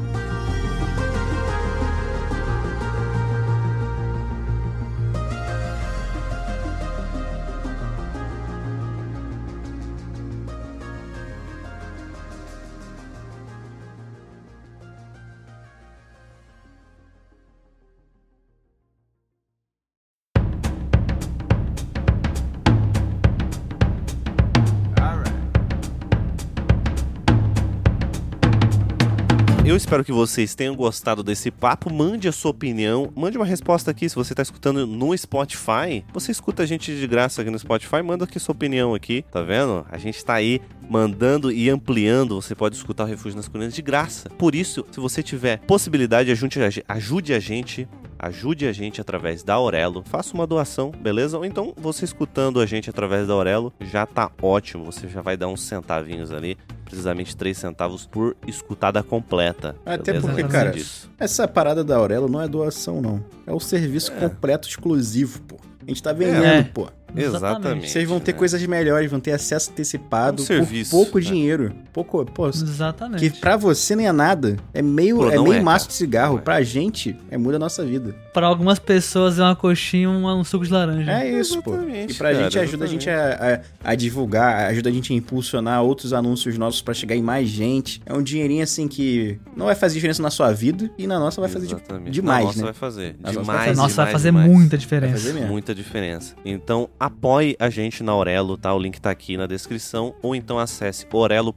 Eu espero que vocês tenham gostado desse papo. Mande a sua opinião, mande uma resposta aqui. Se você tá escutando no Spotify, você escuta a gente de graça aqui no Spotify, manda aqui sua opinião aqui, tá vendo? A gente tá aí mandando e ampliando. Você pode escutar o Refúgio nas Colinas de graça. Por isso, se você tiver possibilidade, ajude a gente através da Aurelo. Faça uma doação, beleza? Ou então, você escutando a gente através da Aurelo, já tá ótimo. Você já vai dar uns centavinhos ali, precisamente 3 centavos por escutada completa. Até beleza? porque, Lembre cara, disso. essa parada da Aurelo não é doação, não. É o serviço completo exclusivo, pô. A gente tá vendendo, pô. Exatamente. Vocês vão ter né? coisas melhores, vão ter acesso antecipado Um serviço, por pouco né? dinheiro. Pouco, pô, Exatamente. que pra você nem é nada. É meio, Pô, não meio é, maço cara. de cigarro. Não é. Pra gente, muda a nossa vida. Pra algumas pessoas é uma coxinha, um suco de laranja. É isso, pô. Exatamente, E pra cara, gente ajuda a gente a divulgar, ajuda a gente a impulsionar outros anúncios nossos pra chegar em mais gente. É um dinheirinho assim que não vai fazer diferença na sua vida e na nossa vai fazer Exatamente. demais, Nossa, né? vai fazer. Na nossa Demais, vai fazer. Nossa, vai demais, fazer demais. muita Vai diferença. fazer mesmo. Muita diferença. Então, apoie a gente na Aurelo, tá? O link tá aqui na descrição. Ou então acesse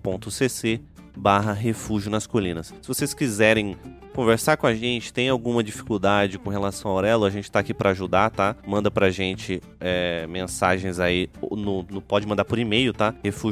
orelo.cc/refúgio nas colinas. Se vocês quiserem conversar com a gente, tem alguma dificuldade com relação ao Aurelo, a gente tá aqui pra ajudar, tá? Manda pra gente mensagens aí, pode mandar por e-mail, tá?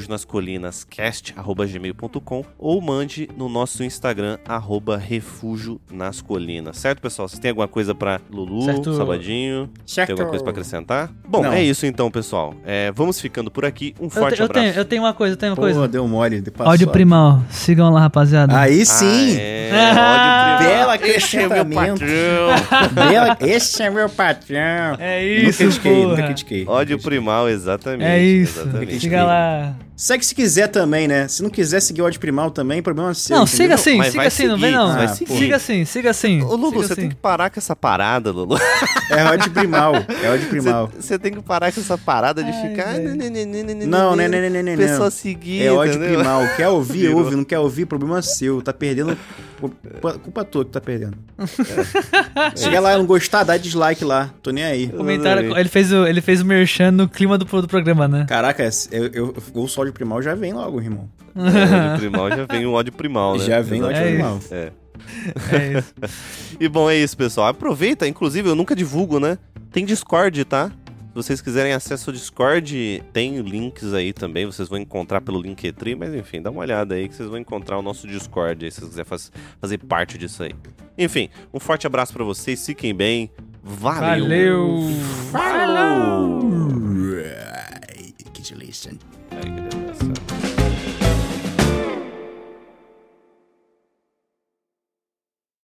refugionascolinascast@gmail.com ou mande no nosso Instagram, @refugionascolinas. Certo, pessoal? Vocês têm alguma coisa pra Lulu, Certo. Sabadinho? Certo. Tem alguma coisa pra acrescentar? Bom, Não. é isso então, pessoal. Vamos ficando por aqui. Um forte abraço. Eu tenho uma coisa, Pô, deu mole. Passou. Ódio Primal, sigam lá, rapaziada. Aí sim! Ódio Bela Esse é meu acrescentamento. patrão. Esse é meu patrão. É Nunca isso, critiquei, porra. nunca critiquei. Ódio primal, exatamente. É isso. Exatamente. Siga lá. Segue se quiser também, né? Se não quiser seguir o ódio primal também, problema seu. Não, entendeu? siga assim, Mas siga vai assim, não vem seguir, não. vai seguir. Siga assim, siga assim. Ô, Lulu, siga você assim. tem que parar com essa parada, Lulu. É ódio primal. É ódio primal. Você tem que parar com essa parada de ficar... Não, Pessoa seguir, É ódio entendeu? primal. Quer ouvir, Virou. ouve. Não quer ouvir, problema seu. Tá perdendo... Culpa tua que tá perdendo. Chega lá, não gostar, dá dislike lá. Tô nem aí. Comentário, ele fez o merchan no clima do programa, né? Caraca, eu ouço ódio primal, já vem logo, irmão. Ódio primal já vem o ódio primal, né? Já vem o ódio É primal. É. É isso. E bom, é isso, pessoal. Aproveita, inclusive, eu nunca divulgo, né? Tem Discord, tá? Se vocês quiserem acesso ao Discord, tem links aí também. Vocês vão encontrar pelo Linktree, mas enfim, dá uma olhada aí que vocês vão encontrar o nosso Discord aí, se vocês quiserem fazer parte disso aí. Enfim, um forte abraço pra vocês, fiquem bem. Valeu! Valeu! Que delícia. Ai, que delícia.